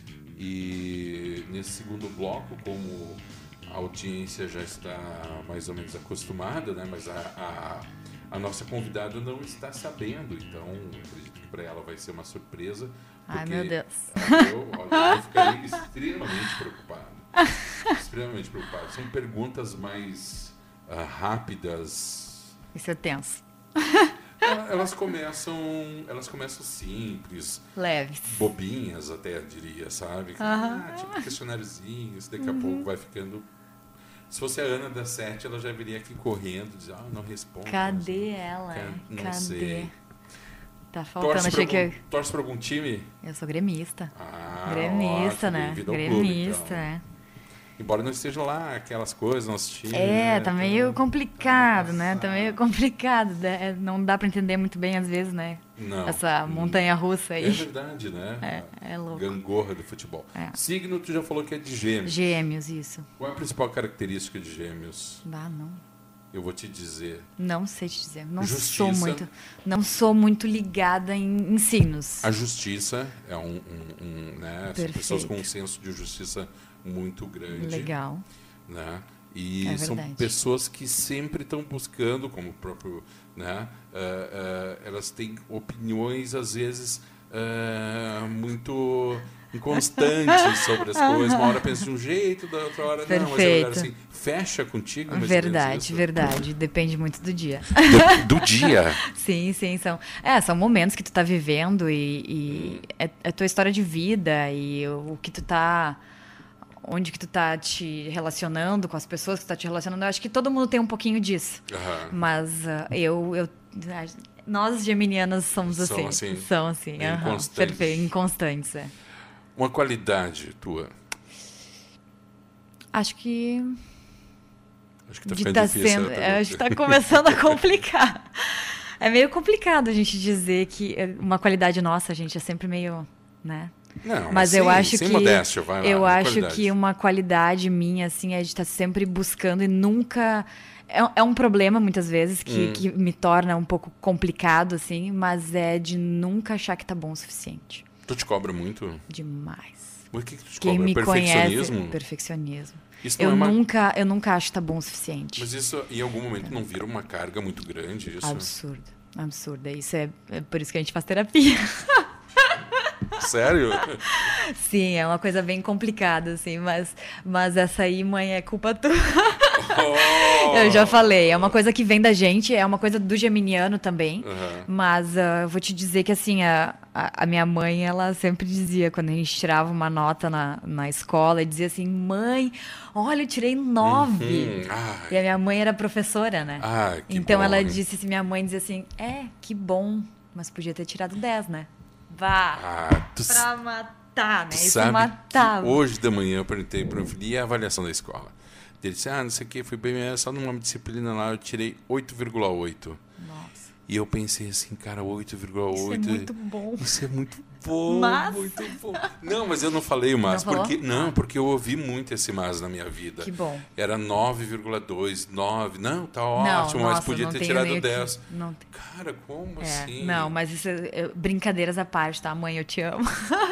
e nesse segundo bloco, como a audiência já está mais ou menos acostumada, né? Mas a, a, a nossa convidada não está sabendo, então acredito que para ela vai ser uma surpresa. Ai, meu Deus. Eu, olha, eu ficaria extremamente preocupado. Extremamente preocupado. São perguntas mais uh, rápidas. Isso é tenso. Elas começam, elas começam simples, leves, bobinhas até, diria, sabe? Uhum. Ah, tipo questionáriozinhos, daqui a uhum. pouco vai ficando... Se fosse a Ana das Sete, ela já viria aqui correndo, dizer, ah, não responde. Cadê não ela? Não Cadê? sei. Tá faltando, torce achei pra algum, que... Torce pra algum time? Eu sou gremista. Ah, gremista, ótimo, né? Gremista, clube, então. é. Embora não esteja lá aquelas coisas, nosso time. É, né? tá meio complicado, tá né? Tá meio complicado. Não dá pra entender muito bem às vezes, né? Não. Essa montanha-russa aí. É verdade, né? É, é louco. Gangorra do futebol. É. Signo, tu já falou que é de Gêmeos. Gêmeos, isso. Qual é a principal característica de Gêmeos? Ah, não. Eu vou te dizer. Não sei te dizer. Não Justiça. sou muito, não sou muito ligada em, em signos. A justiça é um, um, um né? São pessoas com um senso de justiça muito grande. Legal. Né? E é são pessoas que sempre estão buscando, como o próprio, né? Uh, uh, elas têm opiniões às vezes uh, muito inconstantes sobre as coisas. Uma hora pensa de um jeito, da outra hora Perfeito. não. Mas é assim, fecha contigo. Verdade, verdade. Depende muito do dia. Do, do dia? Sim, sim. São, é, são momentos que tu tá vivendo e, e hum. é, é a tua história de vida e o, o que tu tá... Onde que tu tá te relacionando com as pessoas que tu tá te relacionando. Eu acho que todo mundo tem um pouquinho disso. Uhum. Mas uh, eu, eu... Nós, geminianas, somos São assim. assim. São assim. É uhum. inconstantes. Perfeito, inconstantes, é. Uma qualidade tua? Acho que... Acho que tá de ficando tá difícil. Sendo, acho que tá começando a complicar. É meio complicado a gente dizer que uma qualidade nossa, gente, é sempre meio... né? Não, mas assim, eu acho sem que modéstia, vai lá, eu acho qualidade. que uma qualidade minha assim é de estar sempre buscando e nunca é, é um problema muitas vezes que, hum. que me torna um pouco complicado assim, mas é de nunca achar que tá bom o suficiente. Tu te cobra muito? Demais. O que, que tu te Quem cobra? me Perfeccionismo? Conhece, perfeccionismo. Isso não eu é uma... nunca eu nunca acho que tá bom o suficiente. Mas isso em algum momento não vira uma carga muito grande isso? Absurdo, absurdo. Isso é, é por isso que a gente faz terapia. Sério? Sim, é uma coisa bem complicada, assim, mas, mas essa aí, mãe, é culpa tua. Oh! Eu já falei, é uma coisa que vem da gente, é uma coisa do geminiano também, Uhum. mas uh, eu vou te dizer que, assim, a, a, a minha mãe, ela sempre dizia, quando a gente tirava uma nota na, na escola, e dizia assim, mãe, olha, eu tirei nove. Uhum. Ai. E a minha mãe era professora, né? Ai, que então bom, ela hein? disse assim, minha mãe dizia assim, é, que bom, mas podia ter tirado dez, né? Vá, Ah, tu pra matar, né? Tu Isso sabe matava. que hoje de manhã eu perguntei para o meu filho, e a avaliação da escola? Ele disse, ah, não sei o que, fui bem, só numa disciplina lá eu tirei oito vírgula oito. Nossa, E eu pensei assim, cara, oito vírgula oito... isso é muito bom. Isso é muito bom, Mas? muito bom. Não, mas eu não falei o mas, Não falou? porque não, Ah. porque eu ouvi muito esse mas na minha vida. Que bom. Era nove vírgula dois, nove. Não, tá Não, ótimo, mas nossa, podia não ter tenho tirado nem o que- dez. não tem- Cara, como É, assim? não, mas isso é, é, brincadeiras à parte, tá? Mãe, eu te amo.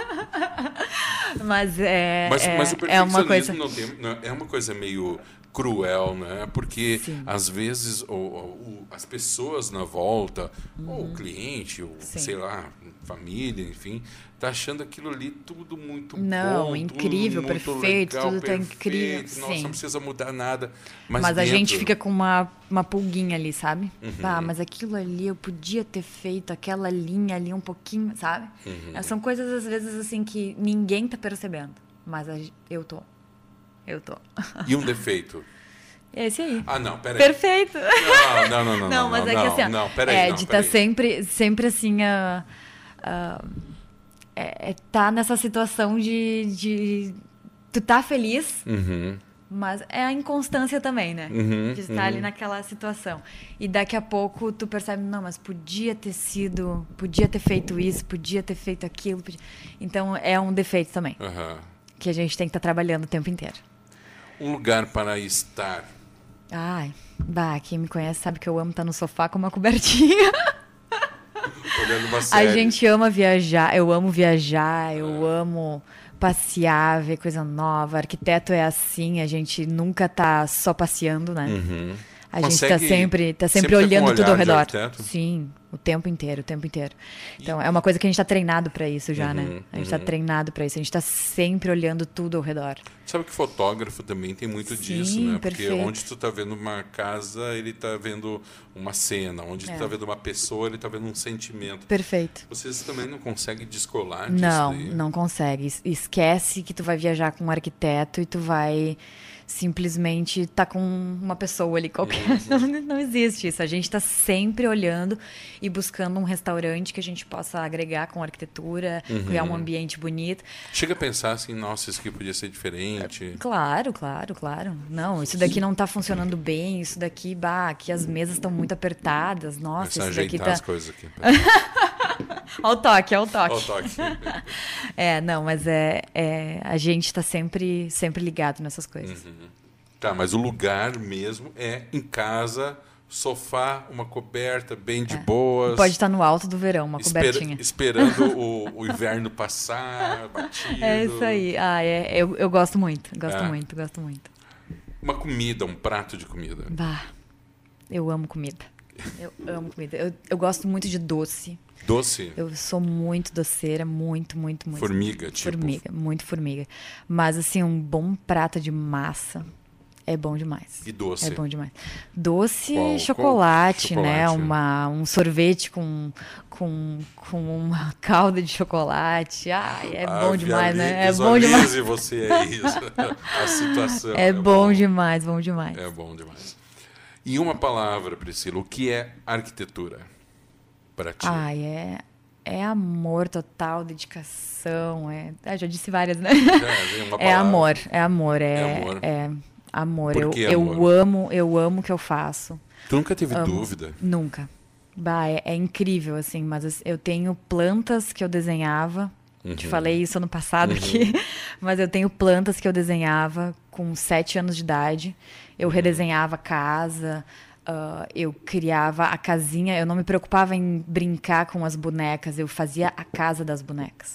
mas é, Mas, é, mas o é uma coisa... perfeccionismo não tem, não, é uma coisa meio cruel, né? Porque Sim. às vezes o, o- as pessoas na volta, ou o cliente, ou Sim. sei lá, família, enfim, tá achando aquilo ali tudo muito Não, bom, incrível, tudo muito perfeito, legal, tudo tá perfeito, incrível, Nossa, sim. não precisa mudar nada. Mas, Mas a gente dentro- fica com uma, uma pulguinha ali, sabe? Uhum. Ah, mas aquilo ali eu podia ter feito, aquela linha ali um pouquinho, sabe? Uhum. São coisas, às vezes, assim, que ninguém tá percebendo. Mas a- eu tô. Eu tô. E um defeito. Esse aí. Ah, não, peraí. Perfeito. Não, não, não, não. Não, mas é não, que assim, ó, Não, peraí, é não, de estar peraí. sempre, sempre assim, ah, ah, é, é tá nessa situação de, de tu tá feliz, Uhum. mas é a inconstância também, né? Uhum, De estar ali naquela situação. E daqui a pouco tu percebe, não, mas podia ter sido, podia ter feito isso, podia ter feito aquilo. podia- Então é um defeito também, Aham. que a gente tem que estar trabalhando o tempo inteiro. Um lugar para estar. Ai, bah, quem me conhece sabe que eu amo estar no sofá com uma cobertinha. Olhando uma A série. gente ama viajar, eu amo viajar, eu amo passear, ver coisa nova. Arquiteto é assim, a gente nunca tá só passeando, né? Uhum. A gente Consegue- tá sempre, tá sempre, sempre tá com olhando um tudo ao olhar de redor. arquiteto? Sim, o tempo inteiro, o tempo inteiro. Então, é uma coisa que a gente tá treinado pra isso já, Uhum, né? A gente tá uhum. treinado pra isso. A gente tá sempre olhando tudo ao redor. Sabe que fotógrafo também tem muito Sim, disso, né? Porque perfeito. onde tu tá vendo uma casa, ele tá vendo uma cena. Onde tu É. tá vendo uma pessoa, ele tá vendo um sentimento. Perfeito. Vocês também não conseguem descolar disso Não, daí? não consegue. Es- Esquece que tu vai viajar com um arquiteto e tu vai simplesmente tá com uma pessoa ali qualquer. Não, não existe isso. A gente tá sempre olhando e buscando um restaurante que a gente possa agregar com arquitetura, criar um ambiente bonito. Chega a pensar assim, nossa, isso aqui podia ser diferente. Claro, claro, claro. Não, isso daqui não tá funcionando bem, isso daqui, bah, aqui as mesas estão muito apertadas. Nossa, Começar a isso daqui ajeitar tá. as coisas aqui. Olha o toque, olha o toque. Olha o toque. É, não, mas é, é a gente tá sempre, sempre ligado nessas coisas. Tá, mas o lugar mesmo é em casa, sofá, uma coberta bem de boas. Pode estar no alto do verão, uma espera- cobertinha. Esperando o, o inverno passar, batido. É isso aí. Ah, é, eu, eu gosto muito, gosto É. muito, gosto muito. Uma comida, um prato de comida. Bah, eu amo comida. Eu amo comida. Eu, eu gosto muito de doce. Doce, Eu sou muito doceira, muito, muito, muito. formiga, tipo. Formiga, muito formiga. Mas, assim, um bom prato de massa é bom demais. E doce. É bom demais. Doce, Qual- qual chocolate, né? chocolate? Uma, um sorvete com, com, com uma calda de chocolate. Ai, é Ah, bom demais, visualize- né? É bom demais. visualize você aí, a situação. É bom demais, bom demais. É bom demais. Em uma palavra, Priscila, o que é arquitetura para ti? Ai, é, é amor total, dedicação. É, ah, já disse várias, né? É, vem uma É palavra. amor, é amor, é, É amor. é amor. Por Eu, que eu amor? amo, eu amo o que eu faço. Tu nunca teve Amo. dúvida? Nunca. Bah, é, é incrível, assim, mas as- eu tenho plantas que eu desenhava. Te falei isso ano passado aqui, mas eu tenho plantas que eu desenhava com sete anos de idade. Eu redesenhava a casa, ah, eu criava a casinha. Eu não me preocupava em brincar com as bonecas, eu fazia a casa das bonecas.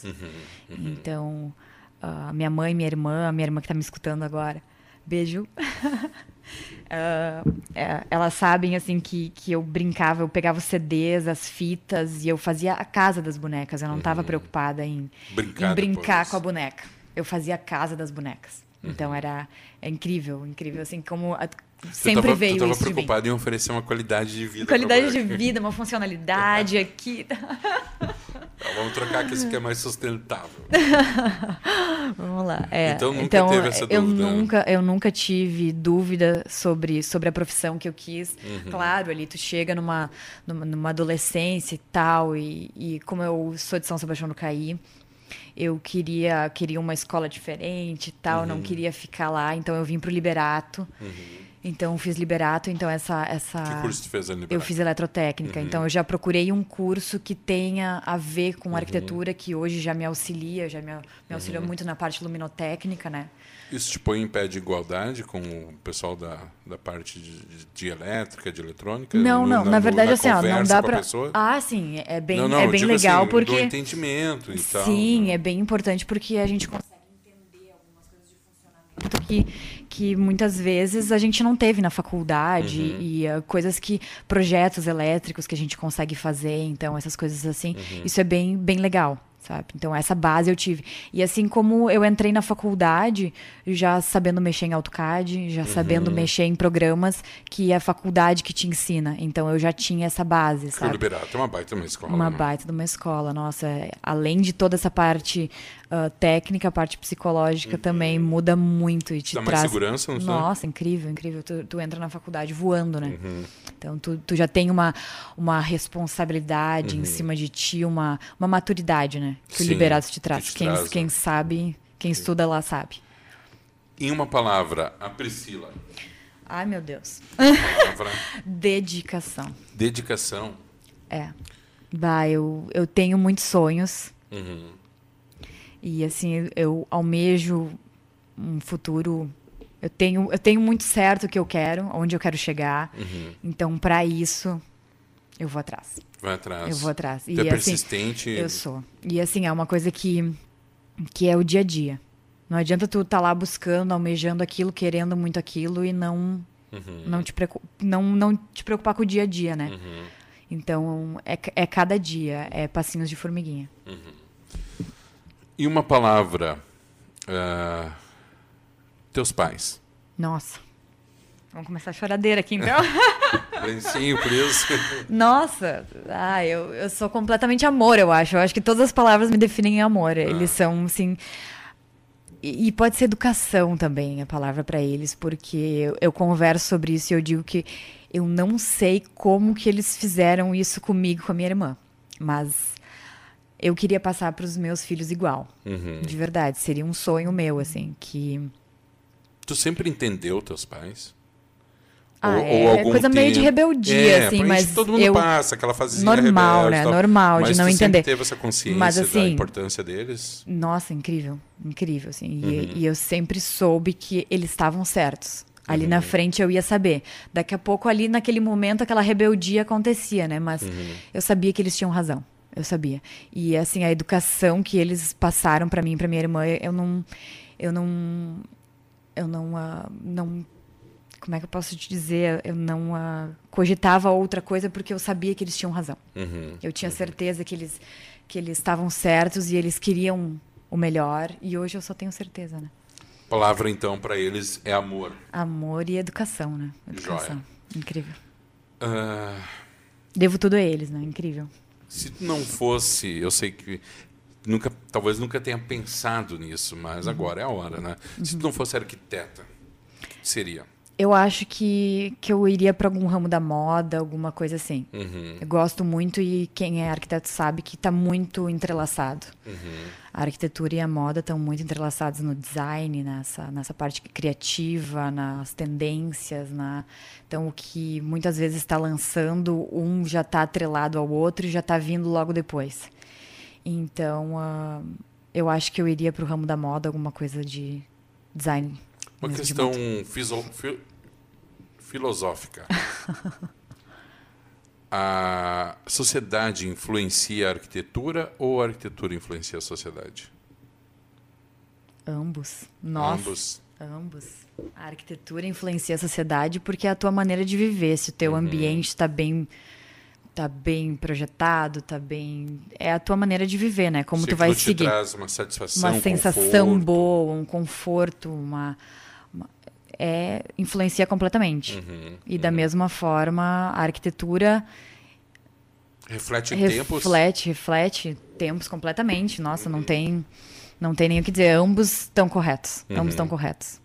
Então, ah, minha mãe, minha irmã, a minha irmã que está me escutando agora, beijo. Uh, é, elas sabem assim que, que eu brincava, eu pegava os C Ds, as fitas e eu fazia a casa das bonecas. Eu não estava uhum. preocupada em brincar, em brincar com a boneca. Eu fazia a casa das bonecas. Uhum. Então era é incrível, incrível assim como a, sempre tava, veio tu isso. Estava preocupado em oferecer uma qualidade de vida. Qualidade de vida, uma funcionalidade aqui. Então, vamos trocar que isso aqui é mais sustentável. Vamos lá. É, então nunca então, teve essa eu dúvida? Nunca, eu nunca tive dúvida sobre, sobre a profissão que eu quis. Uhum. Claro, ali tu chega numa, numa, numa adolescência e tal, e, e como eu sou de São Sebastião do Caí, eu queria, queria uma escola diferente e tal, uhum. não queria ficar lá, então eu vim pro Liberato. Uhum. Então, fiz Liberato, então essa... essa... Que curso tu fez no Liberato? Eu fiz eletrotécnica, uhum. então eu já procurei um curso que tenha a ver com uhum. arquitetura, que hoje já me auxilia, já me, me auxilia uhum. muito na parte luminotécnica, né? Isso te põe em pé de igualdade com o pessoal da, da parte de, de elétrica, de eletrônica? Não, no, não, na, na verdade na assim, ó, não dá pra... Pessoa? Ah, sim, é bem, não, não, é bem digo legal assim, porque... do entendimento e tal. Sim, é bem importante porque a gente consegue entender algumas coisas de funcionamento que... que muitas vezes a gente não teve na faculdade uhum. e uh, coisas que projetos elétricos que a gente consegue fazer, então essas coisas assim, uhum. isso é bem bem legal, sabe? Então essa base eu tive. E assim como eu entrei na faculdade já sabendo mexer em AutoCAD, já uhum. sabendo mexer em programas que é a faculdade que te ensina. Então eu já tinha essa base, sabe? O Liberato é uma baita de uma escola. Uma né? baita de uma escola, nossa. Além de toda essa parte uh, técnica, a parte psicológica uhum. também muda muito e te dá traz... mais segurança, não sei? Nossa, incrível, incrível. Tu, tu entra na faculdade voando, né? Uhum. Então tu, tu já tem uma, uma responsabilidade uhum. em cima de ti, uma, uma maturidade, né? Que Sim, o Liberato te traz. Te quem, traz, quem né? sabe, quem Sim. estuda lá sabe. Em uma palavra, a Priscila. Ai, meu Deus. Palavra... Dedicação. Dedicação. É. Bah, eu, eu tenho muitos sonhos. Uhum. E assim, eu almejo um futuro... Eu tenho, eu tenho muito certo o que eu quero, onde eu quero chegar. Uhum. Então, para isso, eu vou atrás. Vai atrás. Eu vou atrás. Tu e, é persistente. Assim, eu sou. E assim, é uma coisa que, que é o dia a dia. Não adianta tu estar tá lá buscando, almejando aquilo, querendo muito aquilo e não, uhum. não, te, não, não te preocupar com o dia a dia, né? Uhum. Então, é, é cada dia, é passinhos de formiguinha. Uhum. E uma palavra... Uh, teus pais. Nossa. Vamos começar a choradeira aqui, então. Lencinho, por isso. Nossa. Ah, eu, eu sou completamente amor, eu acho. Eu acho que todas as palavras me definem em amor. Ah. Eles são, assim... E, e pode ser educação também, a palavra para eles, porque eu, eu converso sobre isso e eu digo que eu não sei como que eles fizeram isso comigo, com a minha irmã. Mas... eu queria passar para os meus filhos igual. Uhum. De verdade. Seria um sonho meu, assim, que... Tu sempre entendeu teus pais? Ah, ou, é ou algum coisa tempo... meio de rebeldia, é, assim, mas todo mundo eu... passa, aquela fasezinha normal, rebelde, né? tal. Normal, mas de não tu entender. Mas tu sempre teve essa consciência mas, assim, da importância deles? Nossa, incrível. Incrível, assim. Uhum. E, e eu sempre soube que eles estavam certos. Ali uhum. na frente eu ia saber. Daqui a pouco, ali naquele momento, aquela rebeldia acontecia, né? Mas uhum. eu sabia que eles tinham razão. Eu sabia. E, assim, a educação que eles passaram para mim e para minha irmã, eu não... Eu não... Eu não, uh, não... Como é que eu posso te dizer? Eu não uh, cogitava outra coisa porque eu sabia que eles tinham razão. Uhum. Eu tinha uhum. certeza que eles, que eles estavam certos e eles queriam o melhor. E hoje eu só tenho certeza, né? A palavra, então, para eles é amor. Amor e educação, né? Educação. Joia. Incrível. Uh... Devo tudo a eles, né? Incrível. Se não fosse... Eu sei que... Nunca, talvez nunca tenha pensado nisso, mas uhum. agora é a hora, né? Uhum. Se tu não fosse arquiteta, o que seria? Eu acho que, que eu iria para algum ramo da moda, alguma coisa assim. Uhum. Eu gosto muito e quem é arquiteto sabe que está muito entrelaçado. Uhum. A arquitetura e a moda estão muito entrelaçados no design, nessa, nessa parte criativa, nas tendências. Na... Então, o que muitas vezes está lançando, um já está atrelado ao outro e já está vindo logo depois. Então, uh, eu acho que eu iria para o ramo da moda, alguma coisa de design. Uma questão fiso, fi, filosófica. A sociedade influencia a arquitetura ou a arquitetura influencia a sociedade? Ambos. Nossa. Ambos. Ambos. A arquitetura influencia a sociedade porque é a tua maneira de viver. Se o teu uhum. ambiente está bem, tá bem projetado, tá bem... É a tua maneira de viver, né? Como Se tu vai te seguir. Traz uma satisfação, uma sensação conforto. boa, um conforto, uma... uma é, influencia completamente. Uhum, e uhum. da mesma forma, a arquitetura... Reflete reflete, tempos? Reflete, reflete tempos completamente. Nossa, uhum. não tem... Não tem nem o que dizer, ambos estão corretos. Uhum. Ambos estão corretos.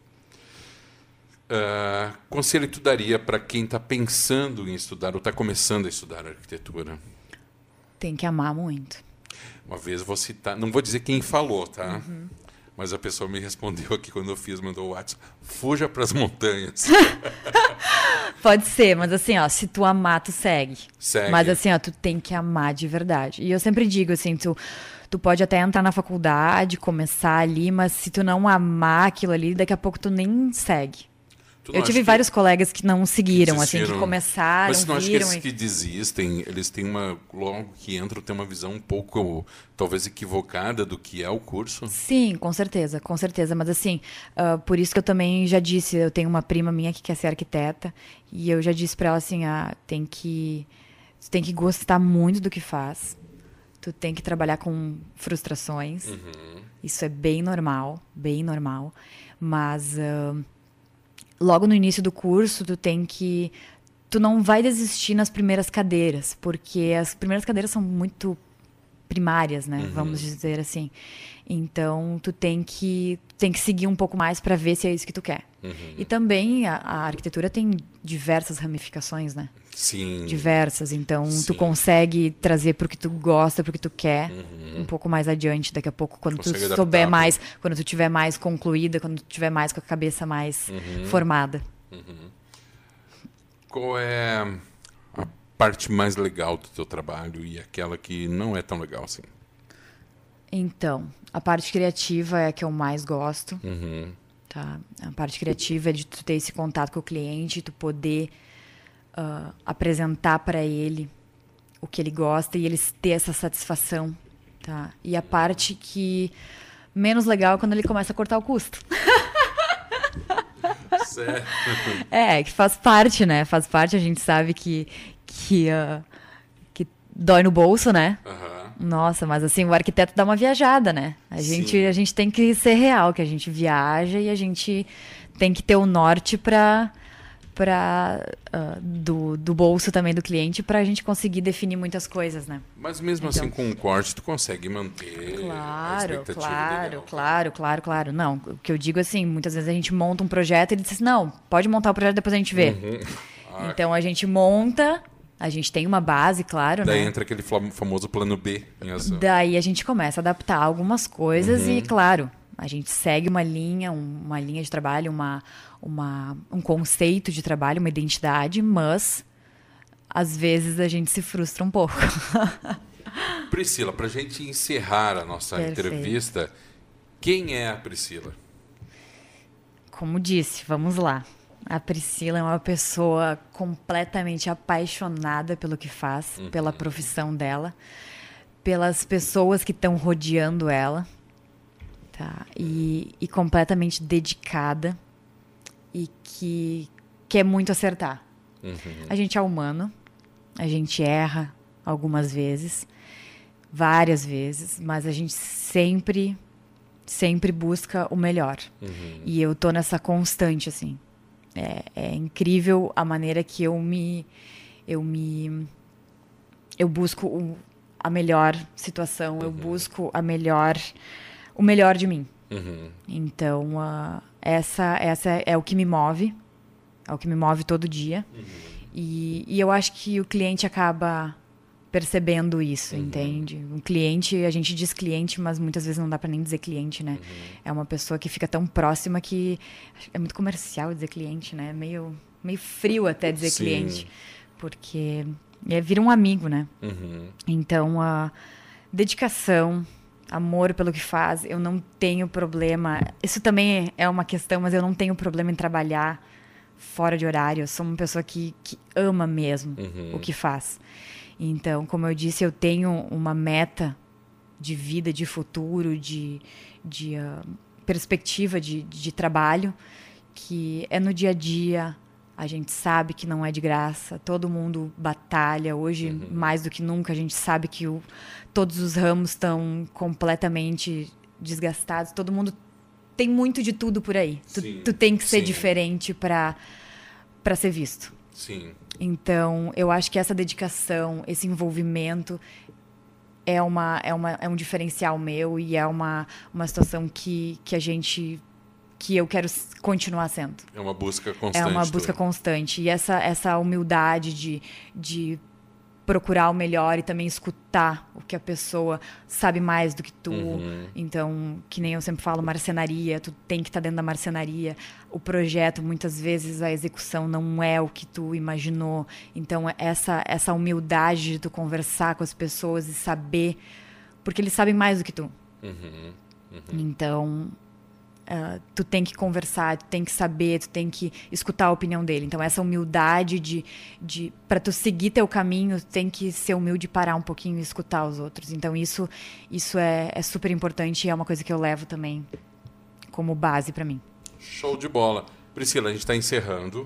Uh, conselho tu daria para quem está pensando em estudar ou está começando a estudar arquitetura? Tem que amar muito. Uma vez vou citar, não vou dizer quem falou, tá? Uhum. Mas a pessoa me respondeu aqui quando eu fiz, mandou o WhatsApp, fuja para as montanhas. Pode ser, mas assim, ó, se tu amar, tu segue. Segue. Mas assim, ó, tu tem que amar de verdade. E eu sempre digo assim, tu... Tu pode até entrar na faculdade, começar ali, mas se tu não amar aquilo ali, daqui a pouco tu nem segue. Eu tive vários que colegas que não seguiram, que assim, que começaram, mas não viram... Mas que esses e... que desistem, eles têm uma... Logo que entram, tem uma visão um pouco, talvez, equivocada do que é o curso? Sim, com certeza, com certeza. Mas assim, uh, por isso que eu também já disse, eu tenho uma prima minha que quer ser arquiteta, e eu já disse para ela assim, ah, tem que, tem que gostar muito do que faz. Tu tem que trabalhar com frustrações. Uhum. Isso é bem normal, bem normal. Mas uh, logo no início do curso, tu tem que... Tu não vai desistir nas primeiras cadeiras, porque as primeiras cadeiras são muito primárias, né? Uhum. Vamos dizer assim. Então, tu tem que, tem que seguir um pouco mais para ver se é isso que tu quer. Uhum. E também a, a arquitetura tem diversas ramificações, né? Sim. Diversas. Então, Sim. tu consegue trazer pro que tu gosta, pro que tu quer, uhum. um pouco mais adiante. Daqui a pouco, quando consegue tu adaptar, souber mais, né? Quando tu tiver mais concluída, quando tu tiver mais com a cabeça mais uhum. formada. Uhum. Qual é a parte mais legal do teu trabalho e aquela que não é tão legal assim? Então, a parte criativa é a que eu mais gosto. Uhum. Tá? A parte criativa é de tu ter esse contato com o cliente, tu poder uh, apresentar para ele o que ele gosta e eles ter essa satisfação. Tá? E a parte que menos legal é quando ele começa a cortar o custo. Certo. É, que faz parte, né? Faz parte, a gente sabe que, que, uh, que dói no bolso, né? Uhum. Nossa, mas assim, o arquiteto dá uma viajada, né? A gente, a gente tem que ser real, que a gente viaja e a gente tem que ter o norte para para uh, do, do bolso também do cliente para a gente conseguir definir muitas coisas, né? Mas mesmo então, assim, com um corte, tu consegue manter claro, a expectativa claro, legal. Claro, claro, claro. Não, o que eu digo assim, muitas vezes a gente monta um projeto e ele diz assim, não, pode montar o projeto, depois a gente vê. Uhum. Ah, então a gente monta... A gente tem uma base, claro, Daí né? entra aquele famoso plano B em ação. Daí a gente começa a adaptar algumas coisas uhum. e, claro, a gente segue uma linha, uma linha de trabalho, uma, uma, um conceito de trabalho, uma identidade, mas às vezes a gente se frustra um pouco. Priscila, para a gente encerrar a nossa Perfeito. entrevista, quem é a Priscila? Como disse, vamos lá. A Priscila é uma pessoa completamente apaixonada pelo que faz, uhum. pela profissão dela, pelas pessoas que estão rodeando ela, tá? E, e completamente dedicada e que quer muito acertar. Uhum. A gente é humano, a gente erra algumas vezes, várias vezes, mas a gente sempre, sempre busca o melhor. Uhum. E eu tô nessa constante, assim. É, é incrível a maneira que eu me eu me eu busco o, a melhor situação, uhum. eu busco a melhor o melhor de mim. Uhum. Então uh, essa essa é o que me move, é o que me move todo dia. Uhum. E, e eu acho que o cliente acaba percebendo isso, uhum. entende? Um cliente, a gente diz cliente, mas muitas vezes não dá para nem dizer cliente, né? Uhum. É uma pessoa que fica tão próxima que é muito comercial dizer cliente, né? Meio, meio frio até dizer Sim. cliente, porque é, vira um amigo, né? Uhum. Então, a dedicação, amor pelo que faz, eu não tenho problema. Isso também é uma questão, mas eu não tenho problema em trabalhar fora de horário. Eu sou uma pessoa que, que ama mesmo uhum. o que faz. Então, como eu disse, eu tenho uma meta de vida, de futuro, de, de uh, perspectiva de, de trabalho, que é no dia a dia. A gente sabe que não é de graça, todo mundo batalha. Hoje, uhum. mais do que nunca, a gente sabe que o, todos os ramos estão completamente desgastados. Todo mundo tem muito de tudo por aí. Tu, tu tem que ser sim. diferente para para ser visto. Sim. Então, eu acho que essa dedicação, esse envolvimento é, uma, é, uma, é um diferencial meu e é uma, uma situação que, que a gente... que eu quero continuar sendo. É uma busca constante. É uma busca constante. E essa, essa humildade de, de procurar o melhor e também escutar o que a pessoa sabe mais do que tu. Uhum. Então, que nem eu sempre falo, marcenaria, tu tem que estar dentro da marcenaria. O projeto, muitas vezes, a execução não é o que tu imaginou. Então, essa, essa humildade de tu conversar com as pessoas e saber... Porque eles sabem mais do que tu. Uhum. Uhum. Então... Uh, tu tem que conversar, tu tem que saber, tu tem que escutar a opinião dele. Então, essa humildade de... de para tu seguir teu caminho, tu tem que ser humilde, parar um pouquinho e escutar os outros. Então, isso, isso é, é super importante e é uma coisa que eu levo também como base para mim. Show de bola. Priscila, a gente está encerrando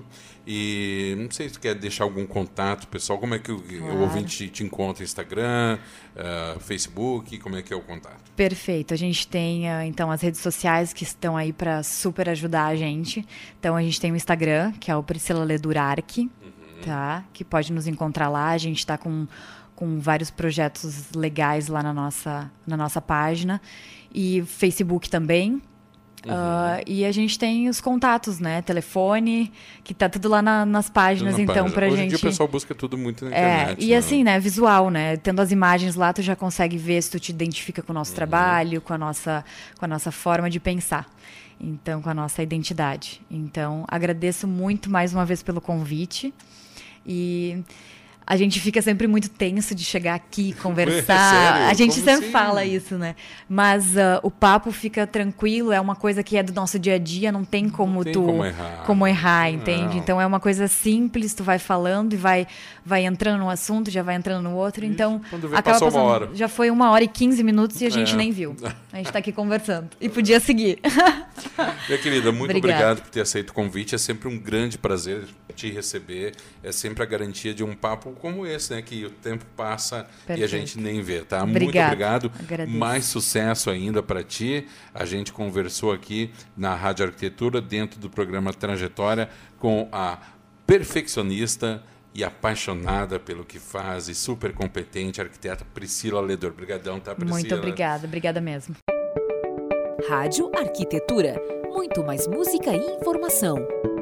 e não sei se tu quer deixar algum contato, pessoal, como é que o, claro. o ouvinte te, te encontra? Instagram, uh, Facebook, como é que é o contato? Perfeito, a gente tem uh, então as redes sociais que estão aí para super ajudar a gente. Então a gente tem o Instagram, que é o Priscila Ledurarque, uhum. tá? Que pode nos encontrar lá, a gente está com, com vários projetos legais lá na nossa, na nossa página. E Facebook também. Uhum. Uh, e a gente tem os contatos, né? Telefone, que tá tudo lá na, nas páginas, na então, página. pra Hoje gente... Hoje em dia o pessoal busca tudo muito na é, internet. E né? assim, né? Visual, né? Tendo as imagens lá, tu já consegue ver se tu te identifica com o nosso uhum. trabalho, com a, nossa, com a nossa forma de pensar. Então, com a nossa identidade. Então, agradeço muito mais uma vez pelo convite. E... a gente fica sempre muito tenso de chegar aqui, conversar. Sério? A gente Como sempre assim? fala isso, né? Mas uh, o papo fica tranquilo, é uma coisa que é do nosso dia a dia, não tem como não tem tu... como errar. Como errar, entende? Não. Então é uma coisa simples, tu vai falando e vai, vai entrando num assunto, já vai entrando no outro. Ixi, então, quando vê, acaba passou passando, uma hora. Já foi uma hora e quinze minutos e a gente é. nem viu. A gente tá aqui conversando. E podia seguir. Minha querida, muito Obrigada. obrigado por ter aceito o convite. É sempre um grande prazer te receber. É sempre a garantia de um papo como esse, né? Que o tempo passa Perfeito. E a gente nem vê, tá? Obrigado. Muito obrigado. Agradeço. Mais sucesso ainda para ti. A gente conversou aqui na Rádio Arquitetura, dentro do programa Trajetória, com a perfeccionista e apaixonada pelo que faz e super competente arquiteta Priscila Ledor. Obrigadão, tá, Priscila? Muito obrigada. Obrigada mesmo. Rádio Arquitetura. Muito mais música e informação.